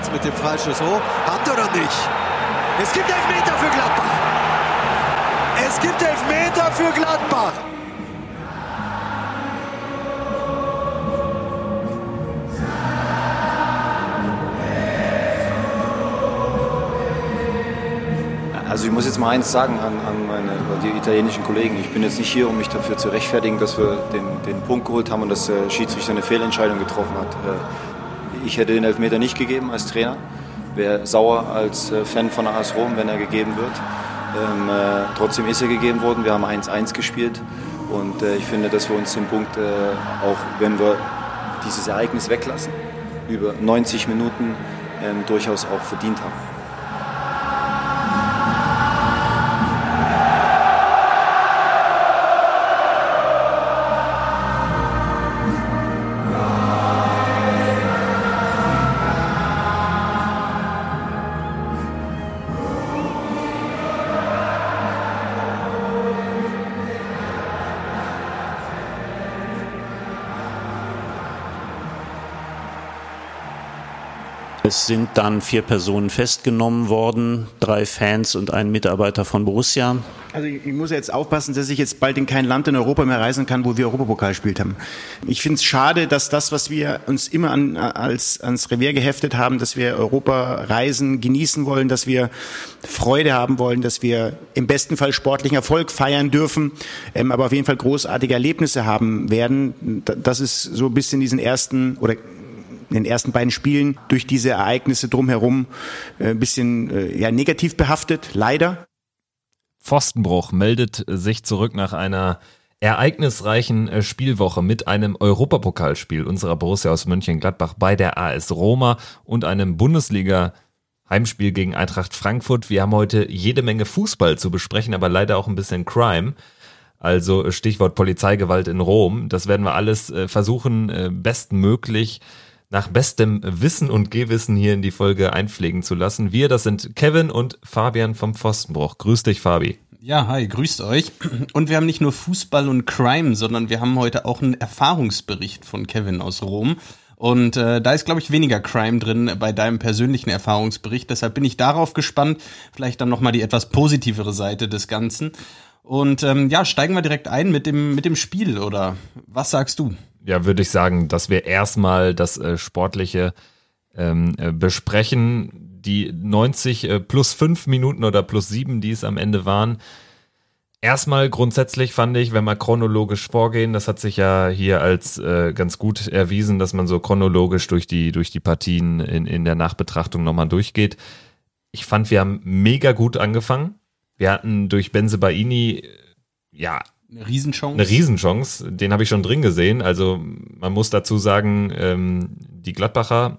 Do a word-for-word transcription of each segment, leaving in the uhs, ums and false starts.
jetzt mit dem Freistoß hoch. Hand oder nicht? Es gibt Elfmeter für Gladbach. Es gibt Elfmeter für Gladbach. Also ich muss jetzt mal eins sagen an, an meine, die italienischen Kollegen. Ich bin jetzt nicht hier, um mich dafür zu rechtfertigen, dass wir den, den Punkt geholt haben und dass der Schiedsrichter eine Fehlentscheidung getroffen hat. Ich hätte den Elfmeter nicht gegeben als Trainer. Wäre sauer als Fan von A S Rom, wenn er gegeben wird. Ähm, äh, trotzdem ist er gegeben worden. Wir haben eins eins gespielt. Und äh, ich finde, dass wir uns den Punkt, äh, auch wenn wir dieses Ereignis weglassen, über neunzig Minuten ähm, durchaus auch verdient haben. Es sind dann vier Personen festgenommen worden, drei Fans und ein Mitarbeiter von Borussia. Also ich, ich muss jetzt aufpassen, dass ich jetzt bald in kein Land in Europa mehr reisen kann, wo wir Europapokal gespielt haben. Ich finde es schade, dass das, was wir uns immer an, als ans Revier geheftet haben, dass wir Europareisen genießen wollen, dass wir Freude haben wollen, dass wir im besten Fall sportlichen Erfolg feiern dürfen, ähm, aber auf jeden Fall großartige Erlebnisse haben werden. Das ist so ein bisschen diesen ersten oder in den ersten beiden Spielen durch diese Ereignisse drumherum äh, ein bisschen äh, ja, negativ behaftet, leider. Pfostenbruch meldet sich zurück nach einer ereignisreichen Spielwoche mit einem Europapokalspiel unserer Borussia aus Mönchengladbach bei der A S Roma und einem Bundesliga-Heimspiel gegen Eintracht Frankfurt. Wir haben heute jede Menge Fußball zu besprechen, aber leider auch ein bisschen Crime. Also Stichwort Polizeigewalt in Rom. Das werden wir alles versuchen, bestmöglich nach bestem Wissen und Gewissen hier in die Folge einpflegen zu lassen. Wir, das sind Kevin und Fabian vom Pfostenbruch. Grüß dich, Fabi. Ja, hi, grüßt euch. Und wir haben nicht nur Fußball und Crime, sondern wir haben heute auch einen Erfahrungsbericht von Kevin aus Rom. Und äh, da ist, glaube ich, weniger Crime drin bei deinem persönlichen Erfahrungsbericht. Deshalb bin ich darauf gespannt. Vielleicht dann nochmal die etwas positivere Seite des Ganzen. Und ähm, ja, steigen wir direkt ein mit dem, mit dem Spiel, oder was sagst du? Ja, würde ich sagen, dass wir erstmal das äh, Sportliche ähm, äh, besprechen. Die neunzig äh, plus fünf Minuten oder plus sieben, die es am Ende waren. Erstmal grundsätzlich fand ich, wenn wir chronologisch vorgehen, das hat sich ja hier als äh, ganz gut erwiesen, dass man so chronologisch durch die, durch die Partien in, in der Nachbetrachtung nochmal durchgeht. Ich fand, wir haben mega gut angefangen. Wir hatten durch Bensebaini, ja, Eine Riesenchance. Eine Riesenchance, den habe ich schon drin gesehen. Also man muss dazu sagen, ähm, die Gladbacher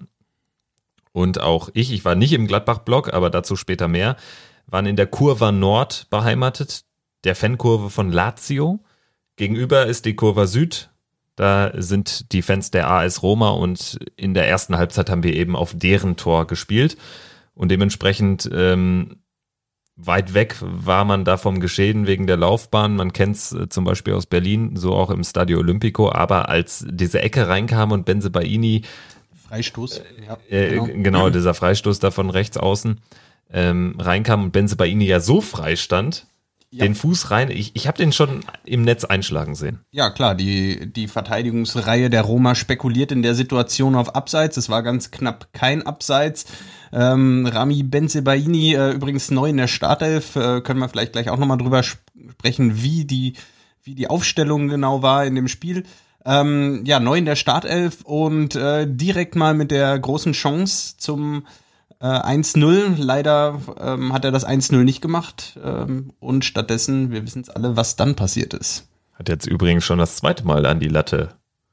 und auch ich, ich war nicht im Gladbach-Block, aber dazu später mehr, waren in der Kurva Nord beheimatet, der Fankurve von Lazio. Gegenüber ist die Kurva Süd, da sind die Fans der A S Roma und in der ersten Halbzeit haben wir eben auf deren Tor gespielt und dementsprechend ähm, weit weg war man da vom Geschehen wegen der Laufbahn. Man kennt es äh, zum Beispiel aus Berlin, so auch im Stadio Olimpico. Aber als diese Ecke reinkam und Bensebaini, Freistoß, ja, äh, genau. genau, dieser Freistoß da von rechts außen, ähm, reinkam und Bensebaini ja so frei stand, ja. Den Fuß rein, ich, ich habe den schon im Netz einschlagen sehen. Ja klar, die, die Verteidigungsreihe der Roma spekuliert in der Situation auf Abseits. Es war ganz knapp kein Abseits. Ähm, Rami Bensebaini, äh, übrigens neu in der Startelf, äh, können wir vielleicht gleich auch nochmal drüber sprechen, wie die, wie die Aufstellung genau war in dem Spiel. Ähm, ja, neu in der Startelf und äh, direkt mal mit der großen Chance zum äh, eins null. Leider ähm, hat er das eins null nicht gemacht ähm, und stattdessen, wir wissen es alle, was dann passiert ist. Hat jetzt übrigens schon das zweite Mal an die Latte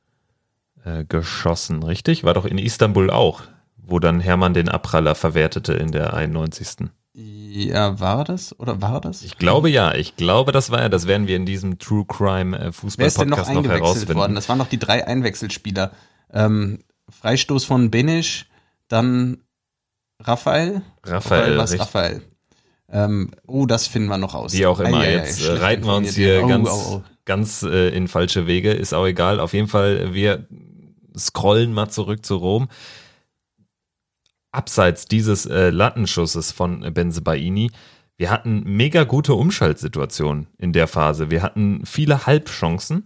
äh, geschossen, richtig? War doch in Istanbul auch, wo dann Hermann den Abpraller verwertete in der einundneunzigsten Ja, war das? Oder war das? Ich glaube ja, ich glaube, das war er. Das werden wir in diesem True Crime äh, Fußball-Podcast noch, noch herausfinden. Worden? Das waren noch die drei Einwechselspieler. Ähm, Freistoß von Benisch, dann Raphael. Raphael, was Raphael. Ähm, oh, das finden wir noch raus. Wie auch immer, ei, ei, jetzt ei, reiten wir uns hier oh, ganz, oh, oh. ganz äh, in falsche Wege, ist auch egal. Auf jeden Fall, wir scrollen mal zurück zu Rom. abseits dieses äh, Lattenschusses von Bensebaini, wir hatten mega gute Umschaltsituationen in der Phase. Wir hatten viele Halbchancen,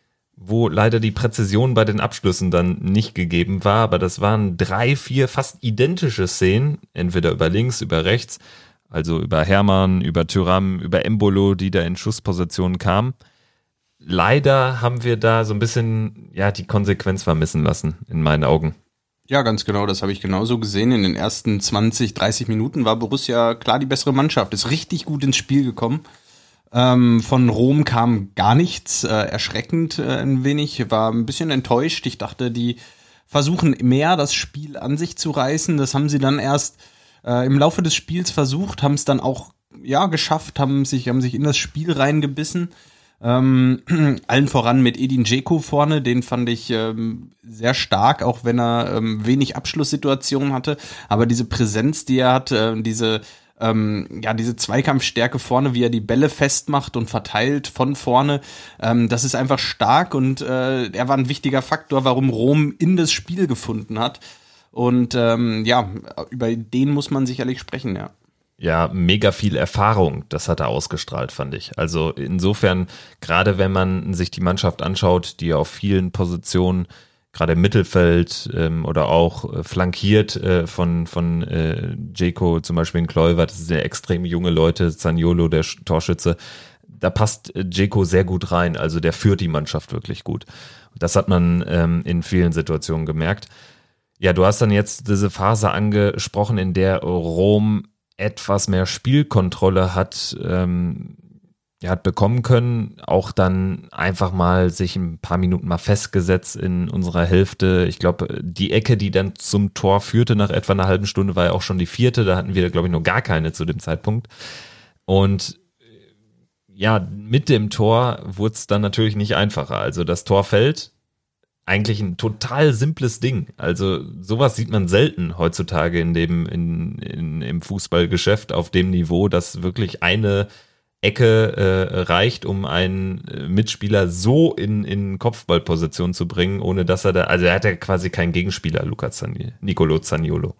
wo leider die Präzision bei den Abschlüssen dann nicht gegeben war, aber das waren drei, vier fast identische Szenen, entweder über links, über rechts, also über Hermann, über Thuram, über Embolo, die da in Schusspositionen kamen. Leider haben wir da so ein bisschen ja die Konsequenz vermissen lassen, in meinen Augen. Ja, ganz genau, das habe ich genauso gesehen. In den ersten zwanzig, dreißig Minuten war Borussia klar die bessere Mannschaft, ist richtig gut ins Spiel gekommen. Ähm, von Rom kam gar nichts, äh, erschreckend äh, ein wenig, war ein bisschen enttäuscht. Ich dachte, die versuchen mehr, das Spiel an sich zu reißen. Das haben sie dann erst äh, im Laufe des Spiels versucht, haben es dann auch ja geschafft, haben sich, haben sich in das Spiel reingebissen. Ähm, allen voran mit Edin Dzeko vorne, den fand ich ähm, sehr stark, auch wenn er ähm, wenig Abschlusssituationen hatte, aber diese Präsenz, die er hat, äh, diese ähm, ja diese Zweikampfstärke vorne, wie er die Bälle festmacht und verteilt von vorne, ähm, das ist einfach stark und äh, er war ein wichtiger Faktor, warum Rom in das Spiel gefunden hat und ähm, ja, über den muss man sicherlich sprechen, ja. Ja, mega viel Erfahrung, das hat er ausgestrahlt, fand ich. Also insofern, gerade wenn man sich die Mannschaft anschaut, die auf vielen Positionen, gerade im Mittelfeld ähm, oder auch äh, flankiert äh, von von äh, Dzeko, zum Beispiel in Kluivert, das sind ja extrem junge Leute, Zaniolo, der Torschütze, da passt äh, Dzeko sehr gut rein, also der führt die Mannschaft wirklich gut. Das hat man ähm, in vielen Situationen gemerkt. Ja, du hast dann jetzt diese Phase angesprochen, in der Rom etwas mehr Spielkontrolle hat, ähm, ja, hat bekommen können, auch dann einfach mal sich ein paar Minuten mal festgesetzt in unserer Hälfte. Ich glaube, die Ecke, die dann zum Tor führte nach etwa einer halben Stunde, war ja auch schon die vierte, da hatten wir, glaube ich, noch gar keine zu dem Zeitpunkt. Und ja, mit dem Tor wurde es dann natürlich nicht einfacher. Also das Tor fällt, eigentlich ein total simples Ding. Also sowas sieht man selten heutzutage in dem in, in im Fußballgeschäft auf dem Niveau, dass wirklich eine Ecke äh, reicht, um einen Mitspieler so in in Kopfballposition zu bringen, ohne dass er da, also er hat ja quasi keinen Gegenspieler, Luca Zaniolo, Nicolo Zaniolo.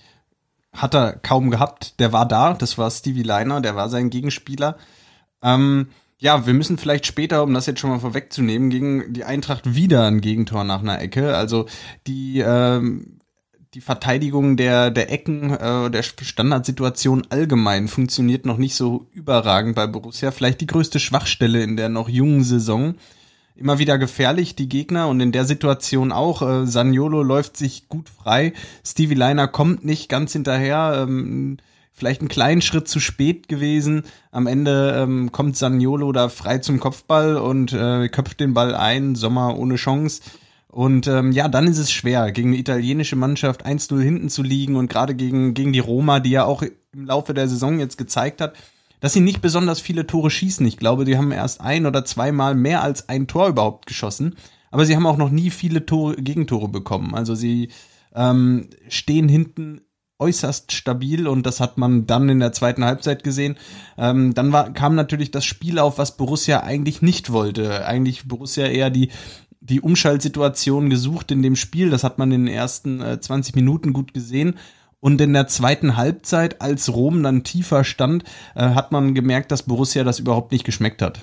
Hat er kaum gehabt, der war da, das war Stevie Leiner, der war sein Gegenspieler. Ähm, Ja, wir müssen vielleicht später, um das jetzt schon mal vorwegzunehmen, gegen die Eintracht wieder ein Gegentor nach einer Ecke. Also die ähm, die Verteidigung der der Ecken, äh, der Standardsituation allgemein funktioniert noch nicht so überragend bei Borussia. Vielleicht die größte Schwachstelle in der noch jungen Saison. Immer wieder gefährlich, die Gegner, und in der Situation auch. Äh, Zaniolo läuft sich gut frei. Stevie Leiner kommt nicht ganz hinterher. Ähm, Vielleicht einen kleinen Schritt zu spät gewesen. Am Ende ähm, kommt Zaniolo da frei zum Kopfball und äh, köpft den Ball ein. Sommer ohne Chance. Und ähm, ja, dann ist es schwer, gegen eine italienische Mannschaft eins null hinten zu liegen und gerade gegen gegen die Roma, die ja auch im Laufe der Saison jetzt gezeigt hat, dass sie nicht besonders viele Tore schießen. Ich glaube, die haben erst ein oder zweimal mehr als ein Tor überhaupt geschossen. Aber sie haben auch noch nie viele Tore, Gegentore bekommen. Also sie ähm, stehen hinten äußerst stabil und das hat man dann in der zweiten Halbzeit gesehen. Ähm, dann war, kam natürlich das Spiel auf, was Borussia eigentlich nicht wollte. Eigentlich Borussia eher die, die Umschaltsituation gesucht in dem Spiel. Das hat man in den ersten äh, zwanzig Minuten gut gesehen. Und in der zweiten Halbzeit, als Rom dann tiefer stand, äh, hat man gemerkt, dass Borussia das überhaupt nicht geschmeckt hat.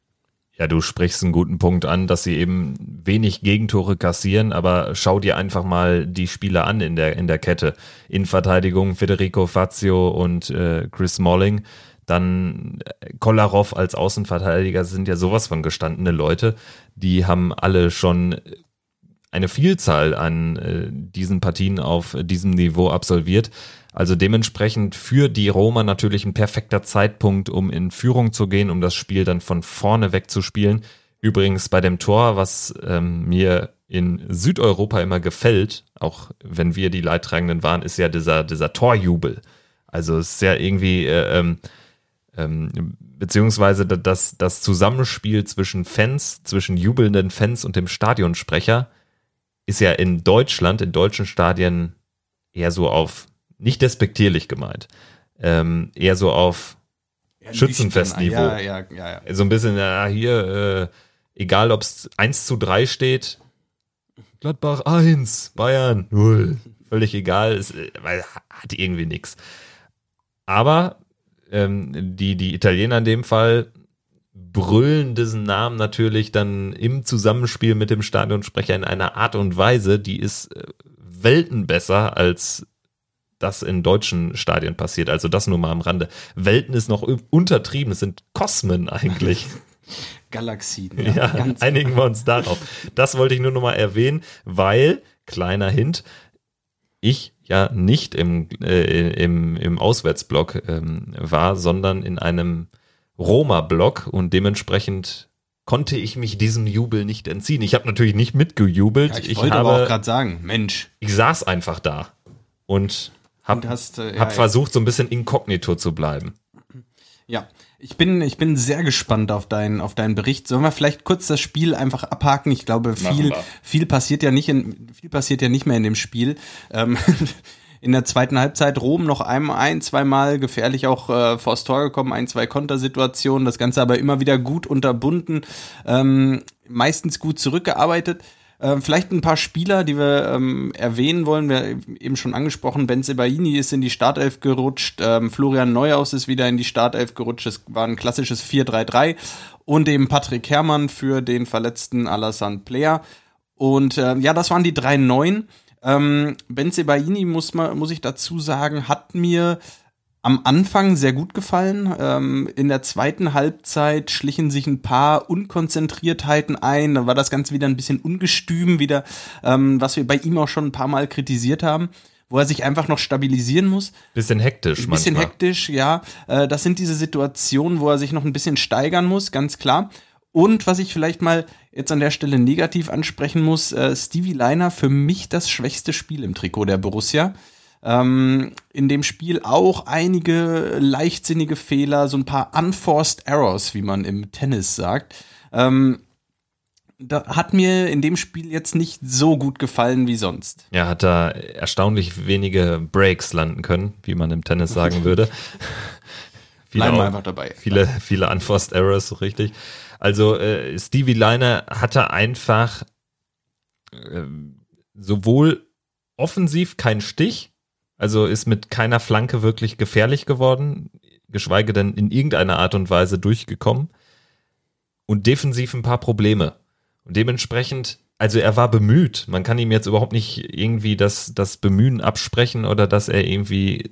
Ja, du sprichst einen guten Punkt an, dass sie eben wenig Gegentore kassieren, aber schau dir einfach mal die Spieler an in der in der Kette. In Verteidigung Federico Fazio und äh, Chris Smalling, dann Kolarov als Außenverteidiger, sind ja sowas von gestandene Leute, die haben alle schon eine Vielzahl an äh, diesen Partien auf diesem Niveau absolviert. Also dementsprechend für die Roma natürlich ein perfekter Zeitpunkt, um in Führung zu gehen, um das Spiel dann von vorne weg zu spielen. Übrigens bei dem Tor, was ähm, mir in Südeuropa immer gefällt, auch wenn wir die Leidtragenden waren, ist ja dieser, dieser Torjubel. Also es ist ja irgendwie, äh, ähm, ähm, beziehungsweise das, das Zusammenspiel zwischen Fans, zwischen jubelnden Fans und dem Stadionsprecher ist ja in Deutschland, in deutschen Stadien eher so auf, nicht despektierlich gemeint, ähm, eher so auf ja, Schützenfestniveau. Ja, ja, ja, ja. So ein bisschen, ja, hier, äh, egal ob es eins zu drei steht, Gladbach eins, Bayern null. Völlig egal, es weil, hat irgendwie nichts. Aber ähm, die, die Italiener in dem Fall brüllen diesen Namen natürlich dann im Zusammenspiel mit dem Stadionsprecher in einer Art und Weise, die ist äh, Welten besser als das in deutschen Stadien passiert. Also das nur mal am Rande. Welten ist noch untertrieben, es sind Kosmen eigentlich. Galaxien. Ja, ja ganz einigen wir uns darauf. Das wollte ich nur noch mal erwähnen, weil, kleiner Hint, ich ja nicht im, äh, im, im Auswärtsblock ähm, war, sondern in einem Roma-Block und dementsprechend konnte ich mich diesem Jubel nicht entziehen. Ich habe natürlich nicht mitgejubelt. Ja, ich, ich wollte habe, aber auch gerade sagen, Mensch. Ich saß einfach da und habe äh, ja, hab ja. versucht, so ein bisschen inkognito zu bleiben. Ja, ich bin, ich bin sehr gespannt auf deinen, auf deinen Bericht. Sollen wir vielleicht kurz das Spiel einfach abhaken? Ich glaube, viel, viel passiert ja nicht in, viel passiert ja nicht mehr in dem Spiel. Ähm, in der zweiten Halbzeit Rom noch einmal ein, zweimal gefährlich auch äh, vors Tor gekommen, ein, zwei Kontersituationen. Das Ganze aber immer wieder gut unterbunden, ähm, meistens gut zurückgearbeitet. Ähm, vielleicht ein paar Spieler, die wir ähm, erwähnen wollen. Wir haben eben schon angesprochen, Bensebaini ist in die Startelf gerutscht, ähm, Florian Neuhaus ist wieder in die Startelf gerutscht. Es war ein klassisches vier drei drei und eben Patrick Herrmann für den verletzten Alassane Plea. Und äh, ja, das waren die drei Neuen. Ähm, Bensebaini, muss, man, muss ich dazu sagen, hat mir am Anfang sehr gut gefallen. Ähm, in der zweiten Halbzeit schlichen sich ein paar Unkonzentriertheiten ein. Da war das Ganze wieder ein bisschen ungestüm, wieder, ähm, was wir bei ihm auch schon ein paar Mal kritisiert haben, wo er sich einfach noch stabilisieren muss. Bisschen hektisch Ein bisschen manchmal. hektisch, ja. Äh, das sind diese Situationen, wo er sich noch ein bisschen steigern muss, ganz klar. Und was ich vielleicht mal jetzt an der Stelle negativ ansprechen muss, äh, Stevie Lainer, für mich das schwächste Spiel im Trikot der Borussia. Ähm, in dem Spiel auch einige leichtsinnige Fehler, so ein paar unforced errors, wie man im Tennis sagt. Ähm, da hat mir in dem Spiel jetzt nicht so gut gefallen wie sonst. Ja, hat da erstaunlich wenige Breaks landen können, wie man im Tennis sagen würde. Bleiben wir auch, einfach dabei. Viele, viele unforced errors, so richtig. Also äh, Stevie Lainer hatte einfach äh, sowohl offensiv keinen Stich, also ist mit keiner Flanke wirklich gefährlich geworden, geschweige denn in irgendeiner Art und Weise durchgekommen, und defensiv ein paar Probleme. Und dementsprechend, also er war bemüht. Man kann ihm jetzt überhaupt nicht irgendwie das, das Bemühen absprechen oder dass er irgendwie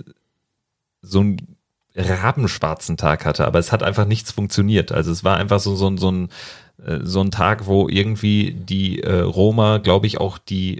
so einen rabenschwarzen Tag hatte, aber es hat einfach nichts funktioniert. Also es war einfach so, so, so, ein, so ein Tag, wo irgendwie die äh, Roma, glaube ich, auch die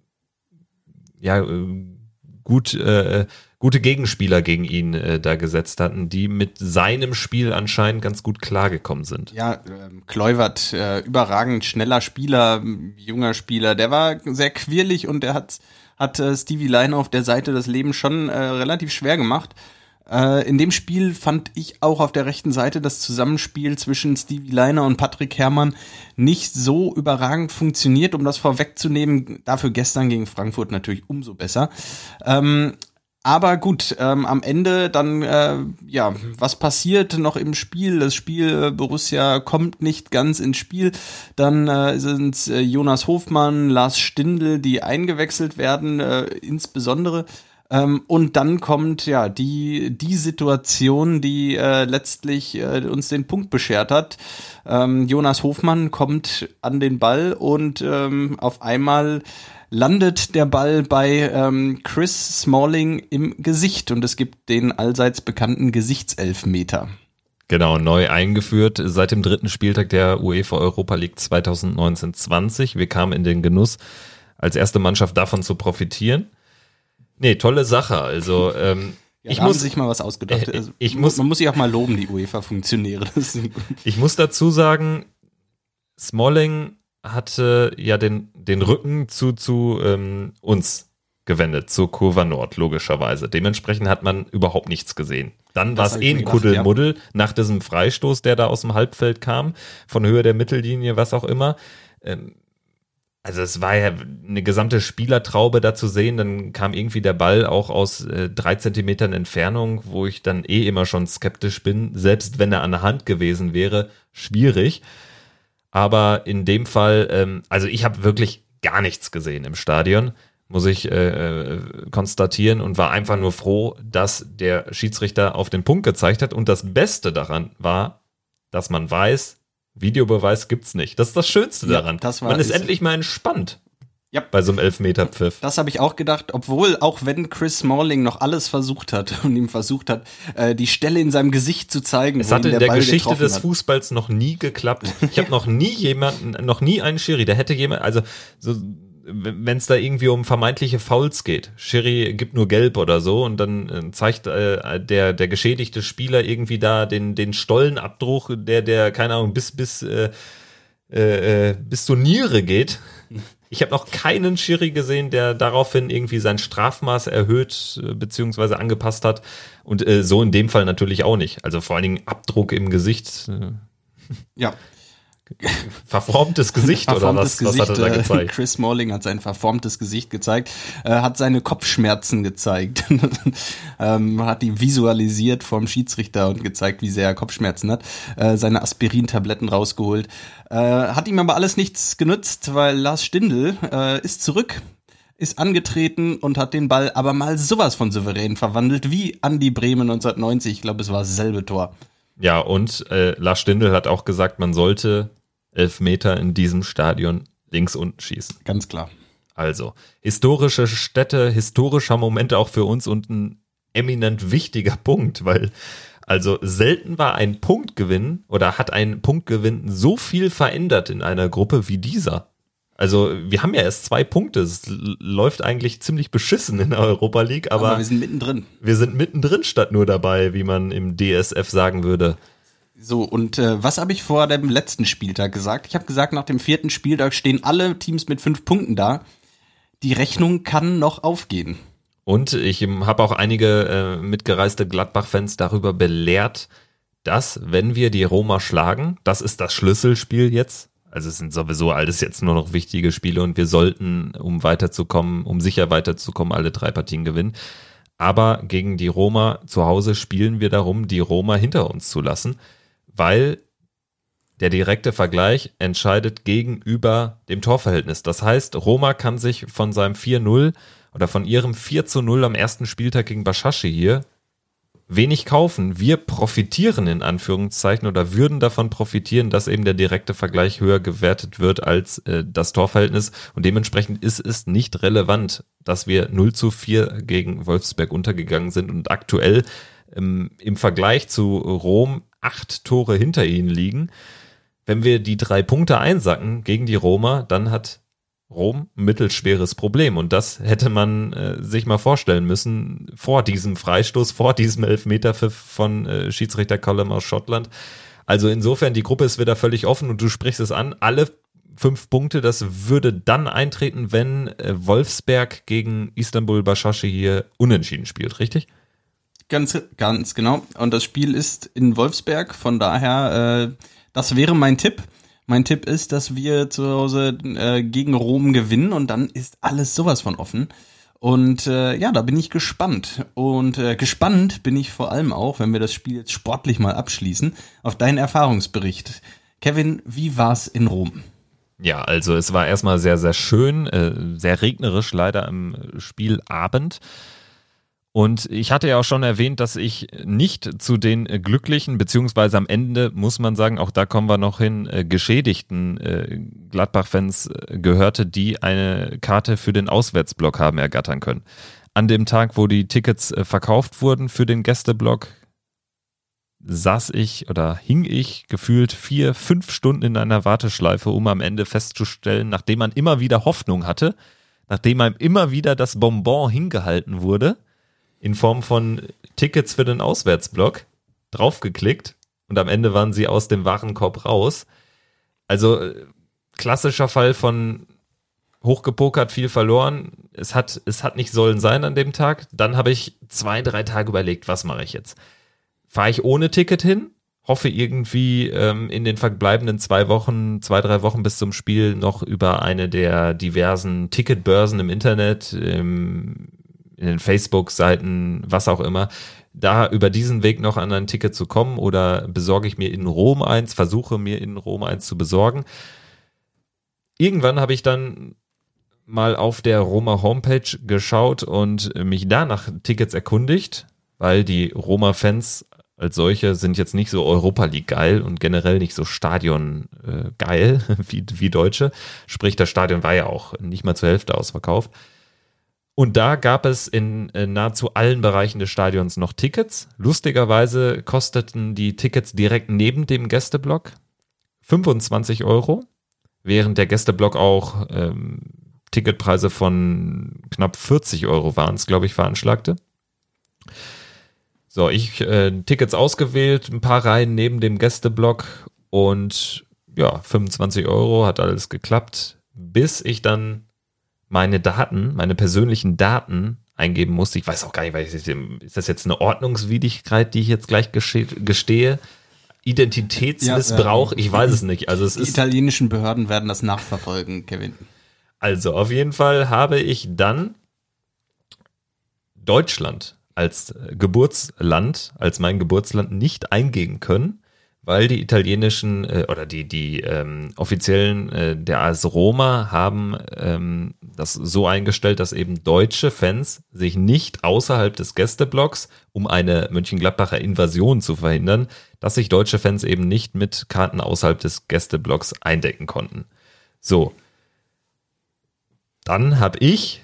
ja gut äh, gute Gegenspieler gegen ihn äh, da gesetzt hatten, die mit seinem Spiel anscheinend ganz gut klargekommen sind. Ja, ähm, Kluivert, äh, überragend schneller Spieler, junger Spieler, der war sehr quirlig und der hat, hat äh, Stevie Lainer auf der Seite das Leben schon äh, relativ schwer gemacht. Äh, in dem Spiel fand ich auch auf der rechten Seite das Zusammenspiel zwischen Stevie Lainer und Patrick Herrmann nicht so überragend funktioniert, um das vorwegzunehmen. Dafür gestern gegen Frankfurt natürlich umso besser. Ähm, aber gut, ähm, am Ende dann, äh, ja, was passiert noch im Spiel? Das Spiel äh, Borussia kommt nicht ganz ins Spiel. Dann äh, sind äh, Jonas Hofmann, Lars Stindl, die eingewechselt werden, äh, insbesondere. Ähm, und dann kommt ja die die Situation, die äh, letztlich äh, uns den Punkt beschert hat. Ähm, Jonas Hofmann kommt an den Ball und ähm, auf einmal landet der Ball bei ähm, Chris Smalling im Gesicht und es gibt den allseits bekannten Gesichtselfmeter. Genau, neu eingeführt seit dem dritten Spieltag der UEFA Europa League zwanzig neunzehn zwanzig. Wir kamen in den Genuss, als erste Mannschaft davon zu profitieren. Nee, tolle Sache. Also ähm, Ja, ich da haben muss sich mal was ausgedacht. Äh, Also, ich muss, man muss sich auch mal loben, die UEFA-Funktionäre. Ich muss dazu sagen, Smalling hatte ja den, den Rücken zu, zu ähm, uns gewendet, zur Kurva Nord, logischerweise. Dementsprechend hat man überhaupt nichts gesehen. Dann war es eh ein Kuddelmuddel ja. nach diesem Freistoß, der da aus dem Halbfeld kam, von Höhe der Mittellinie, was auch immer. Ähm, Also es war ja eine gesamte Spielertraube da zu sehen, dann kam irgendwie der Ball auch aus äh, drei Zentimetern Entfernung, wo ich dann eh immer schon skeptisch bin, selbst wenn er an der Hand gewesen wäre, schwierig. Aber in dem Fall, ähm, also ich habe wirklich gar nichts gesehen im Stadion, muss ich äh, konstatieren, und war einfach nur froh, dass der Schiedsrichter auf den Punkt gezeigt hat. Und das Beste daran war, dass man weiß, Videobeweis gibt's nicht. Das ist das Schönste Ja, daran. das war- man ist ist- endlich mal entspannt Ja. bei so einem Elfmeterpfiff. Das habe ich auch gedacht, obwohl, auch wenn Chris Smalling noch alles versucht hat und ihm versucht hat, äh, die Stelle in seinem Gesicht zu zeigen, Es wo hatte ihn in der der Ball Geschichte getroffen des hat. Fußballs noch nie geklappt. Ich habe noch nie jemanden, noch nie einen Schiri, der hätte jemand, also so, wenn es da irgendwie um vermeintliche Fouls geht, Schiri gibt nur gelb oder so, und dann äh, zeigt äh, der der geschädigte Spieler irgendwie da den den Stollenabdruck, der der keine Ahnung bis bis äh, äh, bis zur Niere geht. Ich habe noch keinen Schiri gesehen, der daraufhin irgendwie sein Strafmaß erhöht äh, beziehungsweise angepasst hat, und äh, so in dem Fall natürlich auch nicht. Also vor allen Dingen Abdruck im Gesicht, äh, Ja, verformtes Gesicht oder was, was hat er da äh, gezeigt? Chris Smalling hat sein verformtes Gesicht gezeigt, äh, hat seine Kopfschmerzen gezeigt, ähm, hat die visualisiert vom Schiedsrichter und gezeigt, wie sehr er Kopfschmerzen hat, äh, seine Aspirin-Tabletten rausgeholt, äh, hat ihm aber alles nichts genützt, weil Lars Stindl äh, ist zurück, ist angetreten und hat den Ball aber mal sowas von souverän verwandelt, wie Andi Bremen neunzehnhundertneunzig, ich glaube, es war dasselbe Tor. Ja, und äh, Lars Stindl hat auch gesagt, man sollte Elfmeter in diesem Stadion links unten schießen. Ganz klar. Also, historische Städte, historischer Moment auch für uns und ein eminent wichtiger Punkt, weil also selten war ein Punktgewinn oder hat ein Punktgewinn so viel verändert in einer Gruppe wie dieser. Also wir haben ja erst zwei Punkte, es l- läuft eigentlich ziemlich beschissen in der Europa League, aber, Aber wir sind mittendrin. wir sind mittendrin statt nur dabei, wie man im D S F sagen würde. So, und äh, was habe ich vor dem letzten Spieltag gesagt? Ich habe gesagt, nach dem vierten Spieltag stehen alle Teams mit fünf Punkten da. Die Rechnung kann noch aufgehen. Und ich habe auch einige äh, mitgereiste Gladbach-Fans darüber belehrt, dass, wenn wir die Roma schlagen, das ist das Schlüsselspiel jetzt, also es sind sowieso alles jetzt nur noch wichtige Spiele und wir sollten, um weiterzukommen, um sicher weiterzukommen, alle drei Partien gewinnen. Aber gegen die Roma zu Hause spielen wir darum, die Roma hinter uns zu lassen, weil der direkte Vergleich entscheidet gegenüber dem Torverhältnis. Das heißt, Roma kann sich von seinem vier null oder von ihrem vier zu null am ersten Spieltag gegen Başakşehir hier wenig kaufen. Wir profitieren in Anführungszeichen oder würden davon profitieren, dass eben der direkte Vergleich höher gewertet wird als äh, das Torverhältnis, und dementsprechend ist es nicht relevant, dass wir null zu vier gegen Wolfsberg untergegangen sind und aktuell ähm, im Vergleich zu Rom acht Tore hinter ihnen liegen. Wenn wir die drei Punkte einsacken gegen die Roma, dann hat Rom ein mittelschweres Problem, und das hätte man äh, sich mal vorstellen müssen vor diesem Freistoß, vor diesem Elfmeterpfiff von äh, Schiedsrichter Collum aus Schottland. Also insofern, die Gruppe ist wieder völlig offen und du sprichst es an, alle fünf Punkte, das würde dann eintreten, wenn äh, Wolfsberg gegen Istanbul Başakşehir hier unentschieden spielt, richtig? Ganz, ganz genau. Und das Spiel ist in Wolfsberg, von daher, äh, das wäre mein Tipp. Mein Tipp ist, dass wir zu Hause äh, gegen Rom gewinnen, und dann ist alles sowas von offen. Und äh, ja, da bin ich gespannt. Und äh, gespannt bin ich vor allem auch, wenn wir das Spiel jetzt sportlich mal abschließen, auf deinen Erfahrungsbericht. Kevin, wie war's in Rom? Ja, also es war erstmal sehr, sehr schön, äh, sehr regnerisch leider am Spielabend. Und ich hatte ja auch schon erwähnt, dass ich nicht zu den äh, Glücklichen, beziehungsweise am Ende, muss man sagen, auch da kommen wir noch hin, äh, geschädigten äh, Gladbach-Fans äh, gehörte, die eine Karte für den Auswärtsblock haben ergattern können. An dem Tag, wo die Tickets äh, verkauft wurden für den Gästeblock, saß ich oder hing ich gefühlt vier, fünf Stunden in einer Warteschleife, um am Ende festzustellen, nachdem man immer wieder Hoffnung hatte, nachdem einem immer wieder das Bonbon hingehalten wurde, in Form von Tickets für den Auswärtsblock, draufgeklickt, und am Ende waren sie aus dem Warenkorb raus. Also klassischer Fall von hochgepokert, viel verloren. Es hat, es hat nicht sollen sein an dem Tag. Dann habe ich zwei, drei Tage überlegt, was mache ich jetzt? Fahre ich ohne Ticket hin? Hoffe irgendwie ähm, in den verbleibenden zwei Wochen, zwei, drei Wochen bis zum Spiel noch über eine der diversen Ticketbörsen im Internet, im in den Facebook-Seiten, was auch immer, da über diesen Weg noch an ein Ticket zu kommen, oder besorge ich mir in Rom eins, versuche mir in Rom eins zu besorgen. Irgendwann habe ich dann mal auf der Roma Homepage geschaut und mich da nach Tickets erkundigt, weil die Roma-Fans als solche sind jetzt nicht so Europa League geil und generell nicht so Stadion äh, geil wie, wie Deutsche. Sprich, das Stadion war ja auch nicht mal zur Hälfte ausverkauft. Und da gab es in, in nahezu allen Bereichen des Stadions noch Tickets. Lustigerweise kosteten die Tickets direkt neben dem Gästeblock fünfundzwanzig Euro, während der Gästeblock auch ähm, Ticketpreise von knapp vierzig Euro waren es, glaube ich, veranschlagte. So, ich äh, Tickets ausgewählt, ein paar Reihen neben dem Gästeblock und ja, fünfundzwanzig Euro, hat alles geklappt, bis ich dann meine Daten, meine persönlichen Daten eingeben musste. Ich weiß auch gar nicht, weil ich, ist das jetzt eine Ordnungswidrigkeit, die ich jetzt gleich gestehe? Identitätsmissbrauch? Ja, ja. Ich weiß es nicht. Also es die ist, italienischen Behörden werden das nachverfolgen, Kevin. Also auf jeden Fall habe ich dann Deutschland als Geburtsland, als mein Geburtsland nicht eingeben können, weil die italienischen äh, oder die die ähm, offiziellen äh, der A S Roma haben ähm, das so eingestellt, dass eben deutsche Fans sich nicht außerhalb des Gästeblocks, um eine Mönchengladbacher Invasion zu verhindern, dass sich deutsche Fans eben nicht mit Karten außerhalb des Gästeblocks eindecken konnten. So, dann habe ich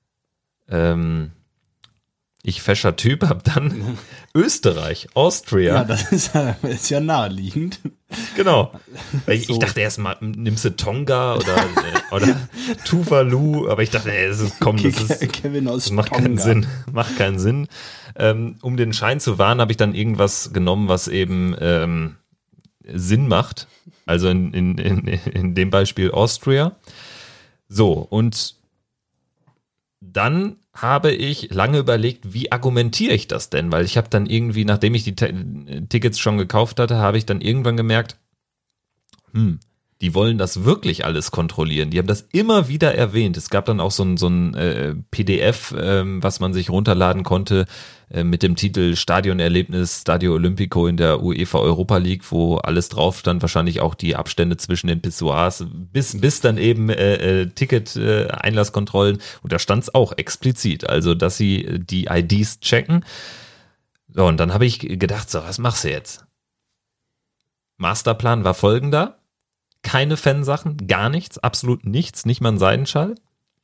ähm, Ich fescher Typ, hab dann Österreich, Austria. Ja, das ist, das ist ja naheliegend. Genau. Ich, so. ich dachte erst mal, nimmst du Tonga oder, oder Tuvalu, aber ich dachte, nee, das ist, komm, das, ist, Kevin aus das macht Tonga. keinen Sinn. Macht keinen Sinn. Ähm, um den Schein zu wahren, habe ich dann irgendwas genommen, was eben ähm, Sinn macht. Also in, in, in, in dem Beispiel Austria. So, und dann habe ich lange überlegt, wie argumentiere ich das denn? Weil ich habe dann irgendwie, nachdem ich die T- Tickets schon gekauft hatte, habe ich dann irgendwann gemerkt, hm, die wollen das wirklich alles kontrollieren. Die haben das immer wieder erwähnt. Es gab dann auch so ein, so ein äh, P D F, ähm, was man sich runterladen konnte äh, mit dem Titel Stadionerlebnis Stadio Olimpico in der UEFA Europa League, wo alles drauf stand, wahrscheinlich auch die Abstände zwischen den Pissoirs, bis, bis dann eben äh, äh, Ticket-Einlasskontrollen. Äh, und da stand es auch explizit, also dass sie die I Ds checken. So, und dann habe ich gedacht, so, was machst du jetzt? Masterplan war folgender. Keine Fansachen, gar nichts, absolut nichts, nicht mal ein Seidenschal.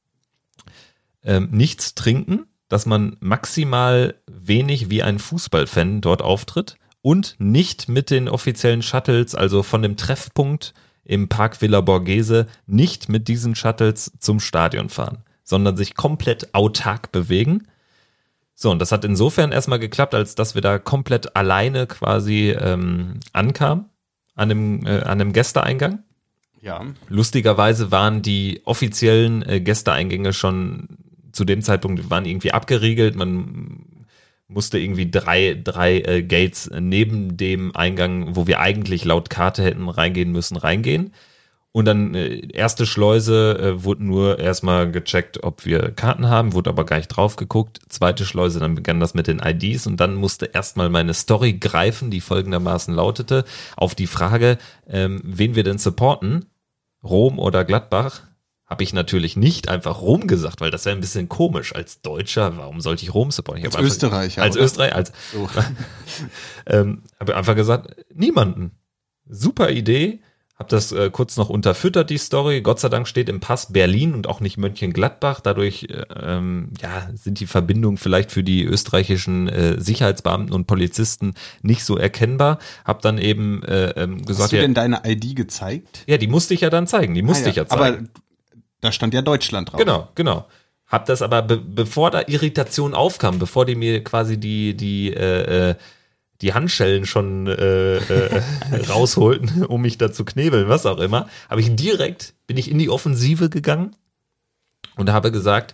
Ähm, nichts trinken, dass man maximal wenig wie ein Fußballfan dort auftritt und nicht mit den offiziellen Shuttles, also von dem Treffpunkt im Park Villa Borghese, nicht mit diesen Shuttles zum Stadion fahren, sondern sich komplett autark bewegen. So, und das hat insofern erstmal geklappt, als dass wir da komplett alleine quasi ähm, ankamen an dem, äh, an dem Gästeeingang. Ja. Lustigerweise waren die offiziellen äh, Gästeeingänge schon zu dem Zeitpunkt waren irgendwie abgeriegelt. Man musste irgendwie drei, drei äh, Gates neben dem Eingang, wo wir eigentlich laut Karte hätten reingehen müssen, reingehen. Und dann äh, erste Schleuse äh, wurde nur erstmal gecheckt, ob wir Karten haben, wurde aber gar nicht drauf geguckt. Zweite Schleuse, dann begann das mit den I Ds und dann musste erstmal meine Story greifen, die folgendermaßen lautete, auf die Frage, ähm, wen wir denn supporten, Rom oder Gladbach, habe ich natürlich nicht einfach Rom gesagt, weil das wäre ein bisschen komisch als Deutscher. Warum sollte ich Rom supporten? Ich als Österreicher. Als oder? Österreicher, als so. ähm, habe einfach gesagt, niemanden. Super Idee. Hab das äh, kurz noch unterfüttert, die Story. Gott sei Dank steht im Pass Berlin und auch nicht Mönchengladbach. Dadurch äh, ähm, ja, sind die Verbindungen vielleicht für die österreichischen äh, Sicherheitsbeamten und Polizisten nicht so erkennbar. Hab dann eben äh, ähm, gesagt, hast du ja, denn deine I D gezeigt? Ja, die musste ich ja dann zeigen. Die musste ah, ja. ich ja zeigen. Aber da stand ja Deutschland drauf. Genau, genau. Hab das aber, be- bevor da Irritation aufkam, bevor die mir quasi die die äh, die Handschellen schon äh, äh, rausholten, um mich da zu knebeln, was auch immer, habe ich direkt, bin ich in die Offensive gegangen und habe gesagt,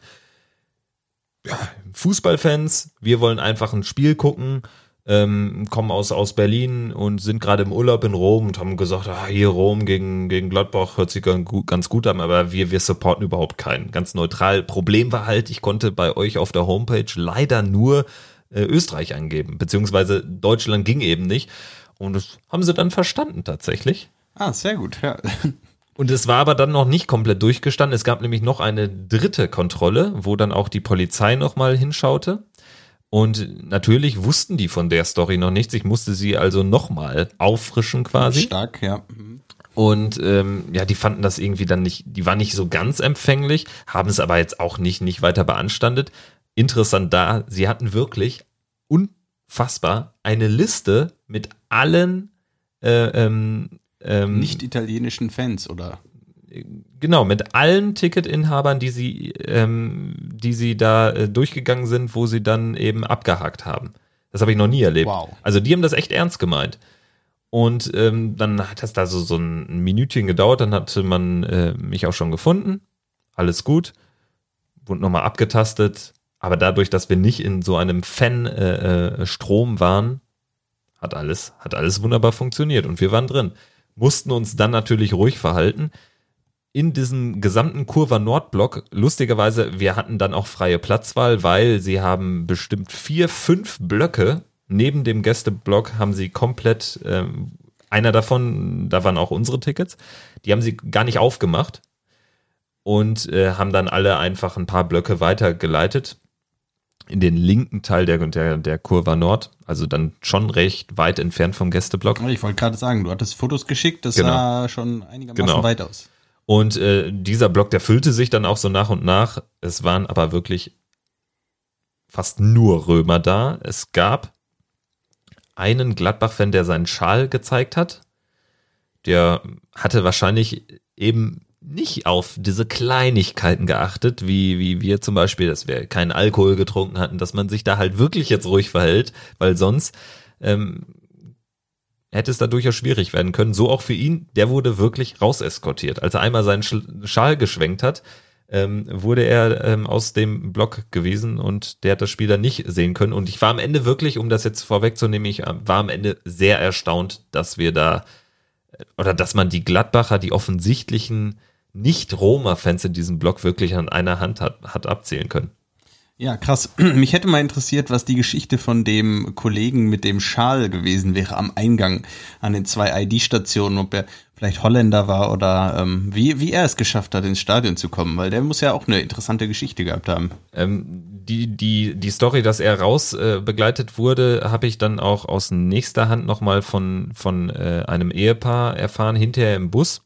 ja, Fußballfans, wir wollen einfach ein Spiel gucken, ähm, kommen aus aus Berlin und sind gerade im Urlaub in Rom und haben gesagt, ah, hier Rom gegen gegen Gladbach hört sich ganz gut, ganz gut an, aber wir wir supporten überhaupt keinen. Ganz neutral. Problem war halt, ich konnte bei euch auf der Homepage leider nur äh, Österreich eingeben, beziehungsweise Deutschland ging eben nicht und das haben sie dann verstanden tatsächlich. Ah, sehr gut, ja. Und es war aber dann noch nicht komplett durchgestanden. Es gab nämlich noch eine dritte Kontrolle, wo dann auch die Polizei nochmal hinschaute. Und natürlich wussten die von der Story noch nichts. Ich musste sie also nochmal auffrischen quasi. Stark, ja. Und ähm, ja, die fanden das irgendwie dann nicht, die waren nicht so ganz empfänglich, haben es aber jetzt auch nicht, nicht weiter beanstandet. Interessant da, sie hatten wirklich unfassbar eine Liste mit allen äh, ähm, ähm, nicht italienischen Fans, oder? Genau, mit allen Ticketinhabern, die sie, ähm, die sie da äh, durchgegangen sind, wo sie dann eben abgehakt haben. Das habe ich noch nie erlebt. Wow. Also die haben das echt ernst gemeint. Und ähm, dann hat das da so, so ein Minütchen gedauert, dann hatte man äh, mich auch schon gefunden. Alles gut. Wurde nochmal abgetastet. Aber dadurch, dass wir nicht in so einem Fan-Strom äh, waren, hat alles, hat alles wunderbar funktioniert. Und wir waren drin. Mussten uns dann natürlich ruhig verhalten. In diesem gesamten Kurva Nord-Block, lustigerweise, wir hatten dann auch freie Platzwahl, weil sie haben bestimmt vier, fünf Blöcke neben dem Gästeblock haben sie komplett, ähm, einer davon, da waren auch unsere Tickets, die haben sie gar nicht aufgemacht und äh, haben dann alle einfach ein paar Blöcke weitergeleitet in den linken Teil der, der, der Kurva Nord, also dann schon recht weit entfernt vom Gästeblock. Ich wollte gerade sagen, du hattest Fotos geschickt, das Genau. sah schon einigermaßen Genau. weit aus. Und äh, dieser Block, der füllte sich dann auch so nach und nach. Es waren aber wirklich fast nur Römer da. Es gab einen Gladbach-Fan, der seinen Schal gezeigt hat. Der hatte wahrscheinlich eben nicht auf diese Kleinigkeiten geachtet, wie, wie wir zum Beispiel, dass wir keinen Alkohol getrunken hatten, dass man sich da halt wirklich jetzt ruhig verhält, weil sonst ähm, hätte es da durchaus schwierig werden können. So auch für ihn, der wurde wirklich rauseskortiert. Als er einmal seinen Schal geschwenkt hat, ähm, wurde er ähm, aus dem Block gewiesen und der hat das Spiel dann nicht sehen können. Und ich war am Ende wirklich, um das jetzt vorwegzunehmen, ich war am Ende sehr erstaunt, dass wir da, oder dass man die Gladbacher, die offensichtlichen Nicht-Roma-Fans in diesem Block wirklich an einer Hand hat, hat abzählen können. Ja, krass. Mich hätte mal interessiert, was die Geschichte von dem Kollegen mit dem Schal gewesen wäre am Eingang an den zwei I D-Stationen, ob er vielleicht Holländer war oder ähm, wie, wie er es geschafft hat, ins Stadion zu kommen, weil der muss ja auch eine interessante Geschichte gehabt haben. Ähm, die, die, die Story, dass er raus äh, begleitet wurde, habe ich dann auch aus nächster Hand nochmal von, von äh, einem Ehepaar erfahren, hinterher im Bus,